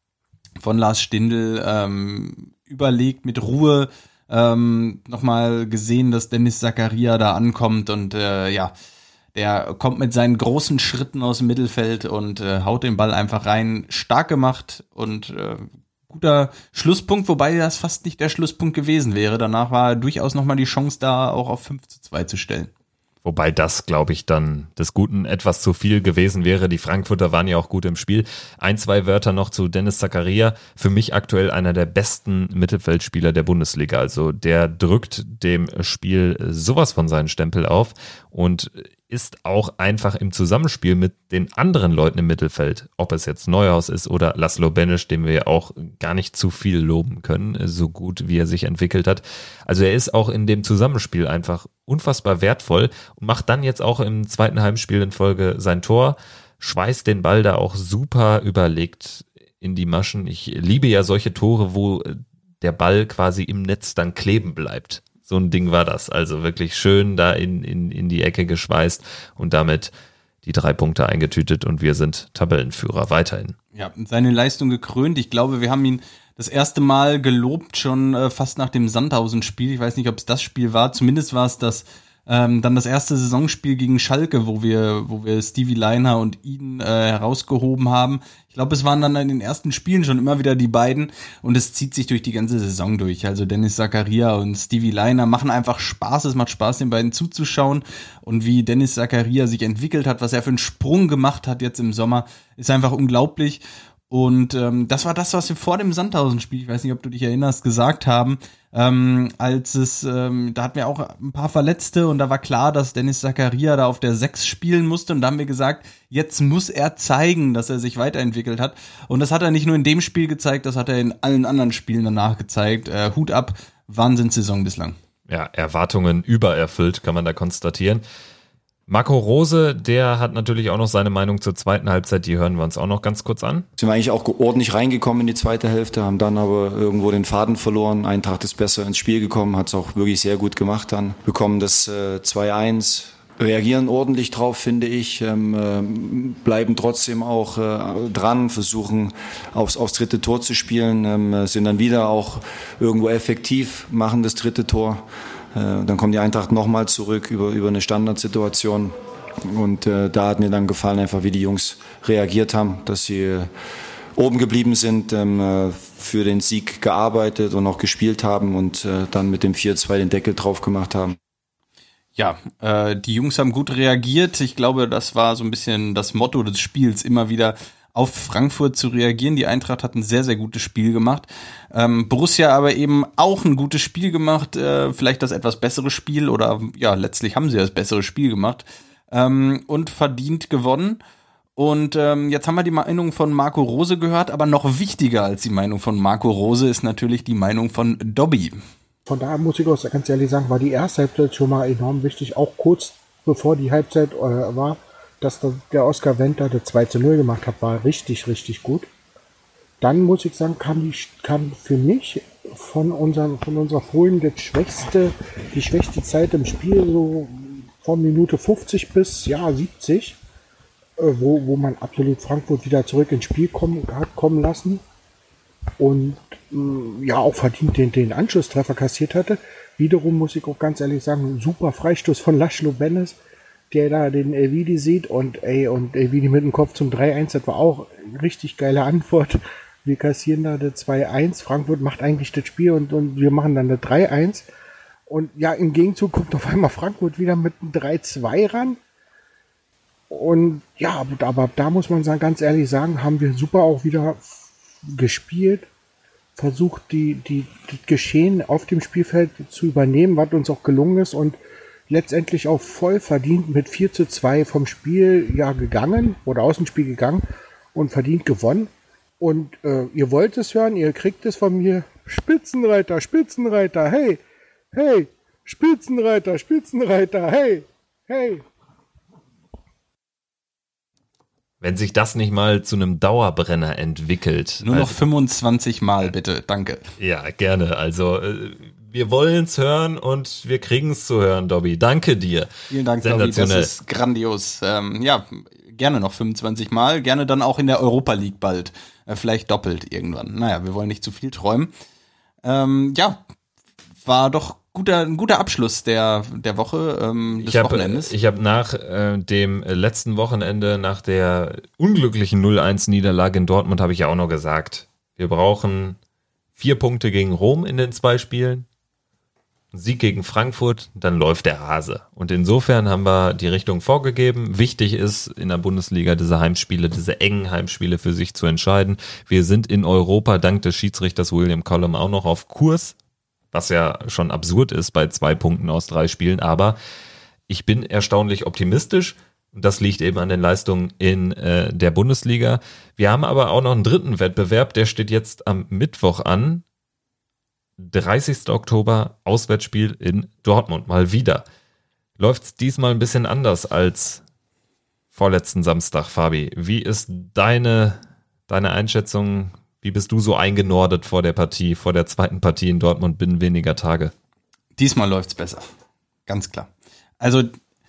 von Lars Stindl, ähm, überlegt mit Ruhe, ähm, nochmal gesehen, dass Dennis Zakaria da ankommt und äh, ja, der kommt mit seinen großen Schritten aus dem Mittelfeld und äh, haut den Ball einfach rein, stark gemacht und äh, guter Schlusspunkt, wobei das fast nicht der Schlusspunkt gewesen wäre. Danach war durchaus nochmal die Chance da, auch auf fünf zu zwei zu stellen. Wobei das, glaube ich, dann des Guten etwas zu viel gewesen wäre. Die Frankfurter waren ja auch gut im Spiel. Ein, zwei Wörter noch zu Dennis Zakaria. Für mich aktuell einer der besten Mittelfeldspieler der Bundesliga. Also der drückt dem Spiel sowas von seinen Stempel auf und ist auch einfach im Zusammenspiel mit den anderen Leuten im Mittelfeld, ob es jetzt Neuhaus ist oder Laszlo Benisch, dem wir ja auch gar nicht zu viel loben können, so gut wie er sich entwickelt hat. Also er ist auch in dem Zusammenspiel einfach unfassbar wertvoll und macht dann jetzt auch im zweiten Heimspiel in Folge sein Tor, schweißt den Ball da auch super überlegt in die Maschen. Ich liebe ja solche Tore, wo der Ball quasi im Netz dann kleben bleibt. So ein Ding war das. Also wirklich schön da in, in, in die Ecke geschweißt und damit die drei Punkte eingetütet und wir sind Tabellenführer weiterhin. Ja, seine Leistung gekrönt. Ich glaube, wir haben ihn das erste Mal gelobt, schon äh, fast nach dem Sandhausen-Spiel. Ich weiß nicht, ob es das Spiel war. Zumindest war es das ähm, dann das erste Saisonspiel gegen Schalke, wo wir wo wir Stevie Leiner und ihn äh, herausgehoben haben. Ich glaube, es waren dann in den ersten Spielen schon immer wieder die beiden und es zieht sich durch die ganze Saison durch. Also Dennis Zakaria und Stevie Leiner machen einfach Spaß. Es macht Spaß, den beiden zuzuschauen und wie Dennis Zakaria sich entwickelt hat, was er für einen Sprung gemacht hat jetzt im Sommer, ist einfach unglaublich. Und ähm, das war das, was wir vor dem Sandhausen-Spiel, ich weiß nicht, ob du dich erinnerst, gesagt haben, ähm, als es, ähm, da hatten wir auch ein paar Verletzte und da war klar, dass Dennis Zakaria da auf der sechs spielen musste und da haben wir gesagt, jetzt muss er zeigen, dass er sich weiterentwickelt hat und das hat er nicht nur in dem Spiel gezeigt, das hat er in allen anderen Spielen danach gezeigt. Äh, Hut ab, Wahnsinnssaison bislang. Ja, Erwartungen übererfüllt, kann man da konstatieren. Marco Rose, der hat natürlich auch noch seine Meinung zur zweiten Halbzeit, die hören wir uns auch noch ganz kurz an. Sind wir eigentlich auch ordentlich reingekommen in die zweite Hälfte, haben dann aber irgendwo den Faden verloren. Eintracht ist besser ins Spiel gekommen, hat es auch wirklich sehr gut gemacht dann. Bekommen das äh, zwei eins, reagieren ordentlich drauf, finde ich, ähm, äh, bleiben trotzdem auch äh, dran, versuchen aufs, aufs dritte Tor zu spielen, ähm, sind dann wieder auch irgendwo effektiv, machen das dritte Tor. Dann kommt die Eintracht nochmal zurück über, über eine Standardsituation. Und äh, da hat mir dann gefallen, einfach wie die Jungs reagiert haben, dass sie äh, oben geblieben sind, ähm, für den Sieg gearbeitet und auch gespielt haben und äh, dann mit dem vier zwei den Deckel drauf gemacht haben. Ja, äh, die Jungs haben gut reagiert. Ich glaube, das war so ein bisschen das Motto des Spiels, immer wieder auf Frankfurt zu reagieren. Die Eintracht hat ein sehr, sehr gutes Spiel gemacht. Ähm, Borussia aber eben auch ein gutes Spiel gemacht, äh, vielleicht das etwas bessere Spiel oder ja, letztlich haben sie das bessere Spiel gemacht ähm, und verdient gewonnen. Und ähm, jetzt haben wir die Meinung von Marco Rose gehört, aber noch wichtiger als die Meinung von Marco Rose ist natürlich die Meinung von Dobby. Von daher muss ich auch ganz ehrlich sagen, war die erste Halbzeit schon mal enorm wichtig, auch kurz bevor die Halbzeit äh, war. Dass der Oskar Wendt da der zwei zu null gemacht hat, war richtig, richtig gut. Dann muss ich sagen, kam, die, kam für mich von, unseren, von unserer Fohlen das schwächste, die schwächste Zeit im Spiel, so von Minute fünfzig bis ja, siebzig, äh, wo, wo man absolut Frankfurt wieder zurück ins Spiel kommen, hat kommen lassen und äh, ja auch verdient den, den Anschlusstreffer kassiert hatte. Wiederum muss ich auch ganz ehrlich sagen, super Freistoß von Laszlo Bennes, der da den Elvedi sieht und ey, und Elvedi mit dem Kopf zum drei eins, das war auch eine richtig geile Antwort. Wir kassieren da das zwei eins, Frankfurt macht eigentlich das Spiel und, und wir machen dann das drei eins. Und ja, im Gegenzug kommt auf einmal Frankfurt wieder mit einem drei zwei ran. Und ja, aber, aber da muss man sagen, ganz ehrlich sagen, haben wir super auch wieder gespielt, versucht die, die, das Geschehen auf dem Spielfeld zu übernehmen, was uns auch gelungen ist und letztendlich auch voll verdient mit vier zu zwei vom Spiel ja gegangen oder aus dem Spiel gegangen und verdient gewonnen. Und äh, ihr wollt es hören, ihr kriegt es von mir. Spitzenreiter, Spitzenreiter, hey, hey, Spitzenreiter, Spitzenreiter, hey, hey. Wenn sich das nicht mal zu einem Dauerbrenner entwickelt. Nur noch also, fünfundzwanzig Mal, bitte, danke. Ja, gerne. Also äh, wir wollen es hören und wir kriegen es zu hören, Dobby. Danke dir. Vielen Dank, Dobby. Das ist grandios. Ähm, ja, gerne noch fünfundzwanzig Mal. Gerne dann auch in der Europa League bald. Äh, vielleicht doppelt irgendwann. Naja, wir wollen nicht zu viel träumen. Ähm, ja, war doch guter, ein guter Abschluss der, der Woche, ähm, des ich hab, Wochenendes. Ich habe nach äh, dem letzten Wochenende, nach der unglücklichen null eins Niederlage in Dortmund, habe ich ja auch noch gesagt, wir brauchen vier Punkte gegen Rom in den zwei Spielen. Sieg gegen Frankfurt, dann läuft der Hase. Und insofern haben wir die Richtung vorgegeben. Wichtig ist in der Bundesliga diese Heimspiele, diese engen Heimspiele für sich zu entscheiden. Wir sind in Europa dank des Schiedsrichters William Collum auch noch auf Kurs, was ja schon absurd ist bei zwei Punkten aus drei Spielen. Aber ich bin erstaunlich optimistisch. Das liegt eben an den Leistungen in äh, der Bundesliga. Wir haben aber auch noch einen dritten Wettbewerb, der steht jetzt am Mittwoch an. dreißigster Oktober, Auswärtsspiel in Dortmund, mal wieder. Läuft's diesmal ein bisschen anders als vorletzten Samstag, Fabi. Wie ist deine, deine Einschätzung, wie bist du so eingenordet vor der Partie, vor der zweiten Partie in Dortmund binnen weniger Tage? Diesmal läuft's besser, ganz klar. Also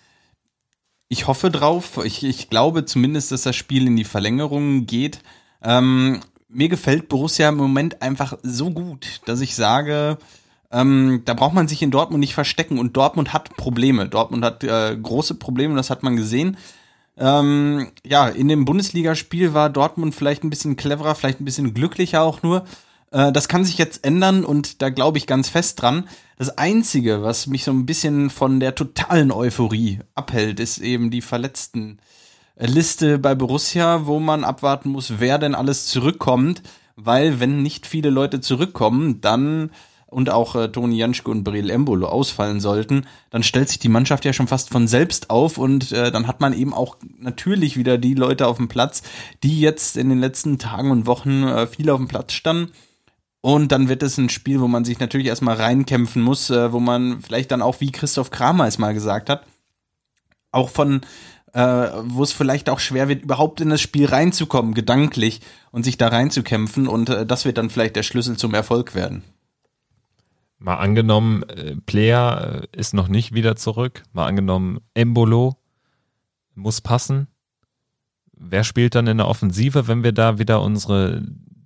ich hoffe drauf, ich, ich glaube zumindest, dass das Spiel in die Verlängerung geht. Ähm, Mir gefällt Borussia im Moment einfach so gut, dass ich sage, ähm, da braucht man sich in Dortmund nicht verstecken. Und Dortmund hat Probleme. Dortmund hat äh, große Probleme, das hat man gesehen. Ähm, ja, in dem Bundesligaspiel war Dortmund vielleicht ein bisschen cleverer, vielleicht ein bisschen glücklicher auch nur. Äh, das kann sich jetzt ändern und da glaube ich ganz fest dran. Das Einzige, was mich so ein bisschen von der totalen Euphorie abhält, ist eben die Verletzten. Liste bei Borussia, wo man abwarten muss, wer denn alles zurückkommt, weil wenn nicht viele Leute zurückkommen, dann und auch äh, Toni Janschke und Breel Embolo ausfallen sollten, dann stellt sich die Mannschaft ja schon fast von selbst auf und äh, dann hat man eben auch natürlich wieder die Leute auf dem Platz, die jetzt in den letzten Tagen und Wochen äh, viel auf dem Platz standen. Und dann wird es ein Spiel, wo man sich natürlich erstmal reinkämpfen muss, äh, wo man vielleicht dann auch, wie Christoph Kramer es mal gesagt hat, auch von, äh, wo es vielleicht auch schwer wird, überhaupt in das Spiel reinzukommen, gedanklich und sich da reinzukämpfen und äh, das wird dann vielleicht der Schlüssel zum Erfolg werden. Mal angenommen, äh, Player äh, ist noch nicht wieder zurück. Mal angenommen, Embolo muss passen. Wer spielt dann in der Offensive, wenn wir da wieder unsere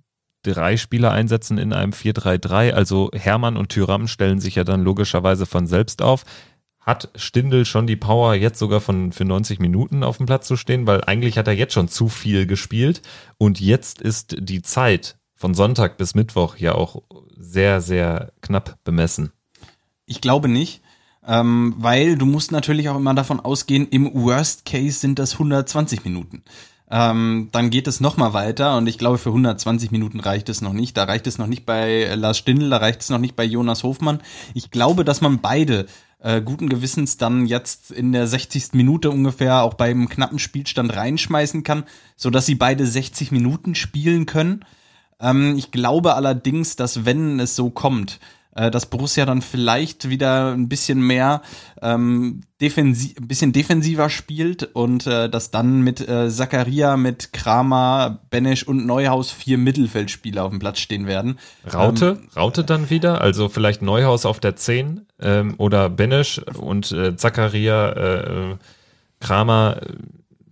drei Spieler einsetzen in einem vier drei drei? Also Hermann und Thuram stellen sich ja dann logischerweise von selbst auf. Hat Stindl schon die Power, jetzt sogar von für neunzig Minuten auf dem Platz zu stehen? Weil eigentlich hat er jetzt schon zu viel gespielt und jetzt ist die Zeit von Sonntag bis Mittwoch ja auch sehr, sehr knapp bemessen. Ich glaube nicht, ähm, weil du musst natürlich auch immer davon ausgehen, im Worst Case sind das hundertzwanzig Minuten. Ähm, dann geht es nochmal weiter und ich glaube, für hundertzwanzig Minuten reicht es noch nicht. Da reicht es noch nicht bei Lars Stindl, da reicht es noch nicht bei Jonas Hofmann. Ich glaube, dass man beide äh, guten Gewissens dann jetzt in der sechzigsten Minute ungefähr auch beim knappen Spielstand reinschmeißen kann, sodass sie beide sechzig Minuten spielen können. Ähm, ich glaube allerdings, dass wenn es so kommt, äh, dass Borussia dann vielleicht wieder ein bisschen mehr ähm, defensiv, ein bisschen defensiver spielt und äh, dass dann mit äh, Zakaria, mit Kramer, Benesch und Neuhaus vier Mittelfeldspieler auf dem Platz stehen werden. Raute, ähm, Raute dann wieder, also vielleicht Neuhaus auf der zehn ähm, oder Benesch und äh, Zakaria, äh, Kramer äh,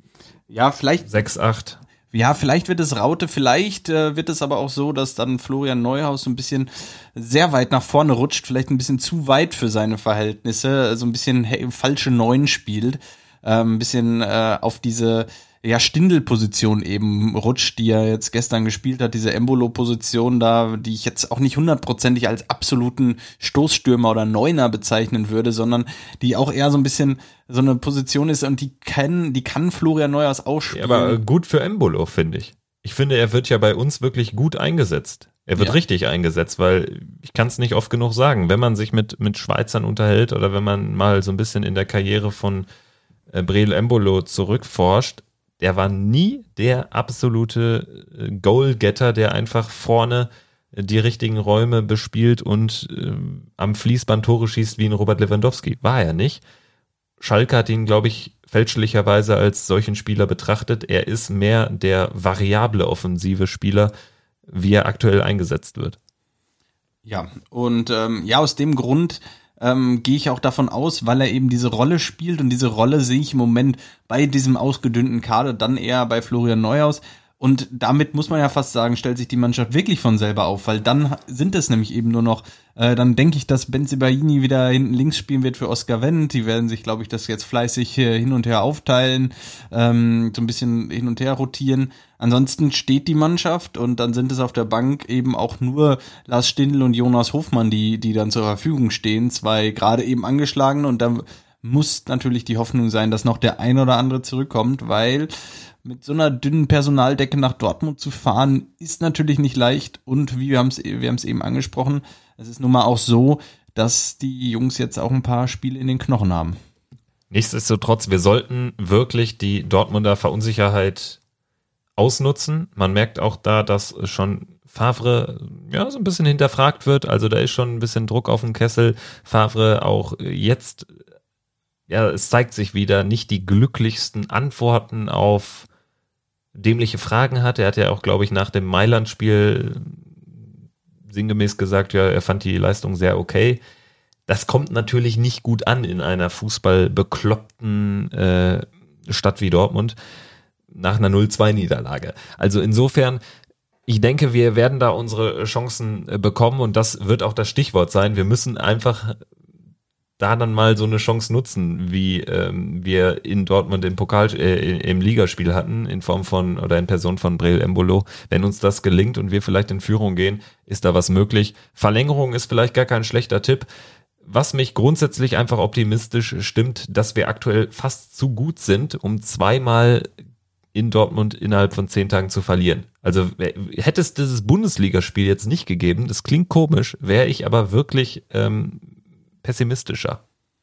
ja, vielleicht sechs acht. Ja, vielleicht wird es Raute, vielleicht äh, wird es aber auch so, dass dann Florian Neuhaus so ein bisschen sehr weit nach vorne rutscht, vielleicht ein bisschen zu weit für seine Verhältnisse, so ein bisschen hey, falsche Neun spielt, äh, ein bisschen äh, auf diese ja Stindl-Position eben rutscht, die er jetzt gestern gespielt hat, diese Embolo-Position da, die ich jetzt auch nicht hundertprozentig als absoluten Stoßstürmer oder Neuner bezeichnen würde, sondern die auch eher so ein bisschen so eine Position ist und die kann, die kann Florian Neuhaus auch spielen. Ja, aber gut für Embolo, finde ich. Ich finde, er wird ja bei uns wirklich gut eingesetzt. Er wird ja richtig eingesetzt, weil ich kann es nicht oft genug sagen, wenn man sich mit, mit Schweizern unterhält oder wenn man mal so ein bisschen in der Karriere von äh, Breel Embolo zurückforscht, der war nie der absolute Goalgetter, der einfach vorne die richtigen Räume bespielt und äh, am Fließband Tore schießt wie ein Robert Lewandowski. War er nicht. Schalke hat ihn, glaube ich, fälschlicherweise als solchen Spieler betrachtet. Er ist mehr der variable offensive Spieler, wie er aktuell eingesetzt wird. Ja, und ähm, ja, aus dem Grund ähm, gehe ich auch davon aus, weil er eben diese Rolle spielt und diese Rolle sehe ich im Moment bei diesem ausgedünnten Kader dann eher bei Florian Neuhaus. Und damit muss man ja fast sagen, stellt sich die Mannschaft wirklich von selber auf, weil dann sind es nämlich eben nur noch, äh, dann denke ich, dass Bensebaini wieder hinten links spielen wird für Oscar Wendt. Die werden sich, glaube ich, das jetzt fleißig äh, hin und her aufteilen, ähm, so ein bisschen hin und her rotieren. Ansonsten steht die Mannschaft und dann sind es auf der Bank eben auch nur Lars Stindl und Jonas Hofmann, die, die dann zur Verfügung stehen, zwei gerade eben angeschlagen und da muss natürlich die Hoffnung sein, dass noch der ein oder andere zurückkommt, weil mit so einer dünnen Personaldecke nach Dortmund zu fahren, ist natürlich nicht leicht. Und wie wir haben es wir haben es eben angesprochen, es ist nun mal auch so, dass die Jungs jetzt auch ein paar Spiele in den Knochen haben. Nichtsdestotrotz, wir sollten wirklich die Dortmunder Verunsicherheit ausnutzen. Man merkt auch da, dass schon Favre ja so ein bisschen hinterfragt wird. Also da ist schon ein bisschen Druck auf den Kessel. Favre auch jetzt, ja, es zeigt sich wieder, nicht die glücklichsten Antworten auf dämliche Fragen hat. Er hat ja auch, glaube ich, nach dem Mailand-Spiel sinngemäß gesagt, ja, er fand die Leistung sehr okay. Das kommt natürlich nicht gut an in einer fußballbekloppten äh, Stadt wie Dortmund nach einer null zwei Niederlage. Also insofern, ich denke, wir werden da unsere Chancen äh, bekommen und das wird auch das Stichwort sein. Wir müssen einfach da dann mal so eine Chance nutzen, wie ähm, wir in Dortmund im Pokal äh, im Ligaspiel hatten, in Form von oder in Person von Breel Embolo. Wenn uns das gelingt und wir vielleicht in Führung gehen, ist da was möglich. Verlängerung ist vielleicht gar kein schlechter Tipp. Was mich grundsätzlich einfach optimistisch stimmt, dass wir aktuell fast zu gut sind, um zweimal in Dortmund innerhalb von zehn Tagen zu verlieren. Also hätte es dieses Bundesligaspiel jetzt nicht gegeben, das klingt komisch, wäre ich aber wirklich ähm, pessimistischer.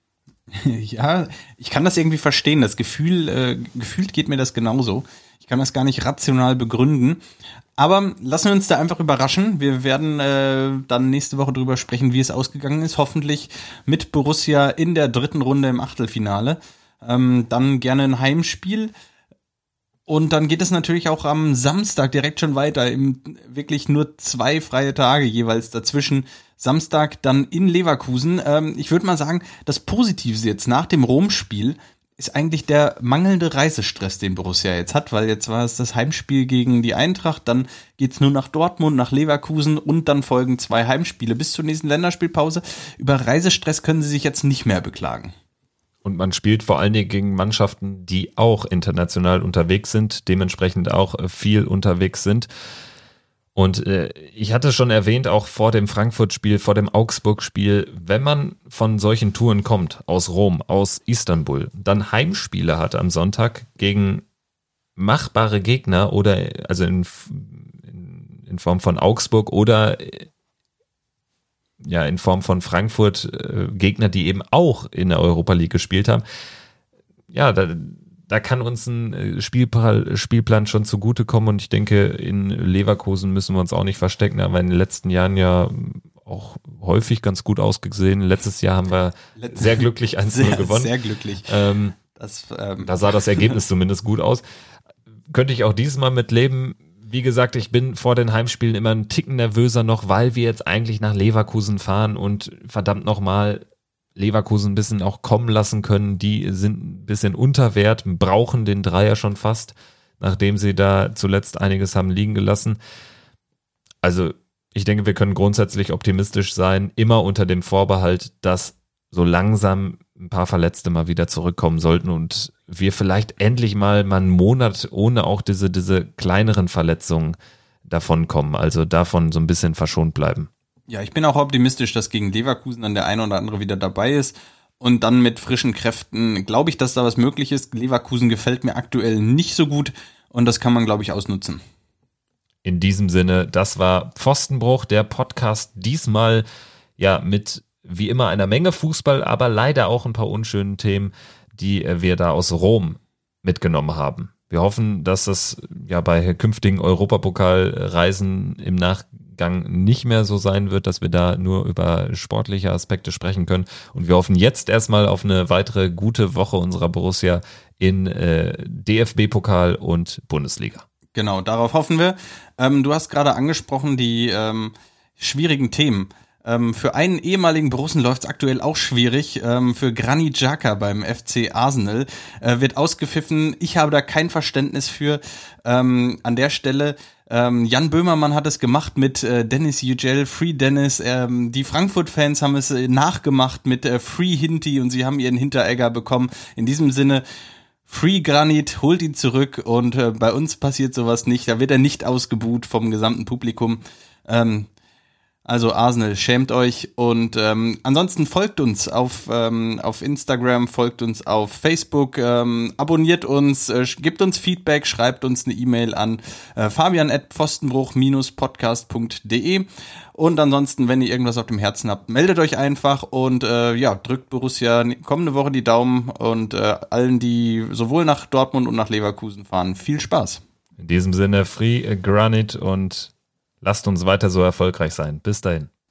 Ja, ich kann das irgendwie verstehen. Das Gefühl, äh, gefühlt geht mir das genauso. Ich kann das gar nicht rational begründen. Aber lassen wir uns da einfach überraschen. Wir werden äh, dann nächste Woche drüber sprechen, wie es ausgegangen ist. Hoffentlich mit Borussia in der dritten Runde im Achtelfinale. Ähm, dann gerne ein Heimspiel. Und dann geht es natürlich auch am Samstag direkt schon weiter. Im, wirklich nur zwei freie Tage jeweils dazwischen. Samstag dann in Leverkusen. Ähm, ich würde mal sagen, das Positive jetzt nach dem Rom-Spiel ist eigentlich der mangelnde Reisestress, den Borussia jetzt hat, weil jetzt war es das Heimspiel gegen die Eintracht, dann geht's nur nach Dortmund, nach Leverkusen und dann folgen zwei Heimspiele bis zur nächsten Länderspielpause. Über Reisestress können sie sich jetzt nicht mehr beklagen. Und man spielt vor allen Dingen gegen Mannschaften, die auch international unterwegs sind, dementsprechend auch viel unterwegs sind. Und äh, ich hatte schon erwähnt, auch vor dem Frankfurt-Spiel, vor dem Augsburg-Spiel, wenn man von solchen Touren kommt, aus Rom, aus Istanbul, dann Heimspiele hat am Sonntag gegen machbare Gegner oder also in, in, in Form von Augsburg oder ja in Form von Frankfurt, äh, Gegner, die eben auch in der Europa League gespielt haben, ja, da Da kann uns ein Spielplan, Spielplan schon zugutekommen und ich denke, in Leverkusen müssen wir uns auch nicht verstecken, aber in den letzten Jahren ja auch häufig ganz gut ausgesehen. Letztes Jahr haben wir Let- sehr glücklich eins null gewonnen. Sehr glücklich. Ähm, das, ähm, da sah das Ergebnis zumindest gut aus. Könnte ich auch dieses Mal mit leben. Wie gesagt, ich bin vor den Heimspielen immer einen Ticken nervöser noch, weil wir jetzt eigentlich nach Leverkusen fahren und verdammt nochmal Leverkusen ein bisschen auch kommen lassen können. Die sind ein bisschen unter Wert, brauchen den Dreier schon fast, nachdem sie da zuletzt einiges haben liegen gelassen. Also ich denke, wir können grundsätzlich optimistisch sein, immer unter dem Vorbehalt, dass so langsam ein paar Verletzte mal wieder zurückkommen sollten und wir vielleicht endlich mal, mal einen Monat ohne auch diese, diese kleineren Verletzungen davonkommen, also davon so ein bisschen verschont bleiben. Ja, ich bin auch optimistisch, dass gegen Leverkusen dann der eine oder andere wieder dabei ist. Und dann mit frischen Kräften glaube ich, dass da was möglich ist. Leverkusen gefällt mir aktuell nicht so gut und das kann man, glaube ich, ausnutzen. In diesem Sinne, das war Pfostenbruch, der Podcast diesmal ja mit wie immer einer Menge Fußball, aber leider auch ein paar unschönen Themen, die wir da aus Rom mitgenommen haben. Wir hoffen, dass das ja bei künftigen Europapokalreisen im Nachgang nicht mehr so sein wird, dass wir da nur über sportliche Aspekte sprechen können. Und wir hoffen jetzt erstmal auf eine weitere gute Woche unserer Borussia in äh, D F B-Pokal und Bundesliga. Genau, darauf hoffen wir. Ähm, du hast gerade angesprochen die ähm, schwierigen Themen. Ähm, für einen ehemaligen Borussen läuft es aktuell auch schwierig. Ähm, für Granit Xhaka beim F C Arsenal äh, wird ausgepfiffen. Ich habe da kein Verständnis für. Ähm, an der Stelle, ähm, Jan Böhmermann hat es gemacht mit äh, Dennis Yücel, Free Dennis. Ähm, die Frankfurt-Fans haben es äh, nachgemacht mit äh, Free Hinti und sie haben ihren Hinteregger bekommen. In diesem Sinne, Free Granit, holt ihn zurück und äh, bei uns passiert sowas nicht. Da wird er nicht ausgebuht vom gesamten Publikum. Ähm, Also Arsenal, schämt euch und ähm, ansonsten folgt uns auf ähm, auf Instagram, folgt uns auf Facebook, ähm, abonniert uns, äh, gebt uns Feedback, schreibt uns eine E-Mail an äh, fabian at pfostenbruch podcast punkt de und ansonsten, wenn ihr irgendwas auf dem Herzen habt, meldet euch einfach und äh, ja, drückt Borussia kommende Woche die Daumen und äh, allen, die sowohl nach Dortmund und nach Leverkusen fahren, viel Spaß. In diesem Sinne, Free Granit und lasst uns weiter so erfolgreich sein. Bis dahin.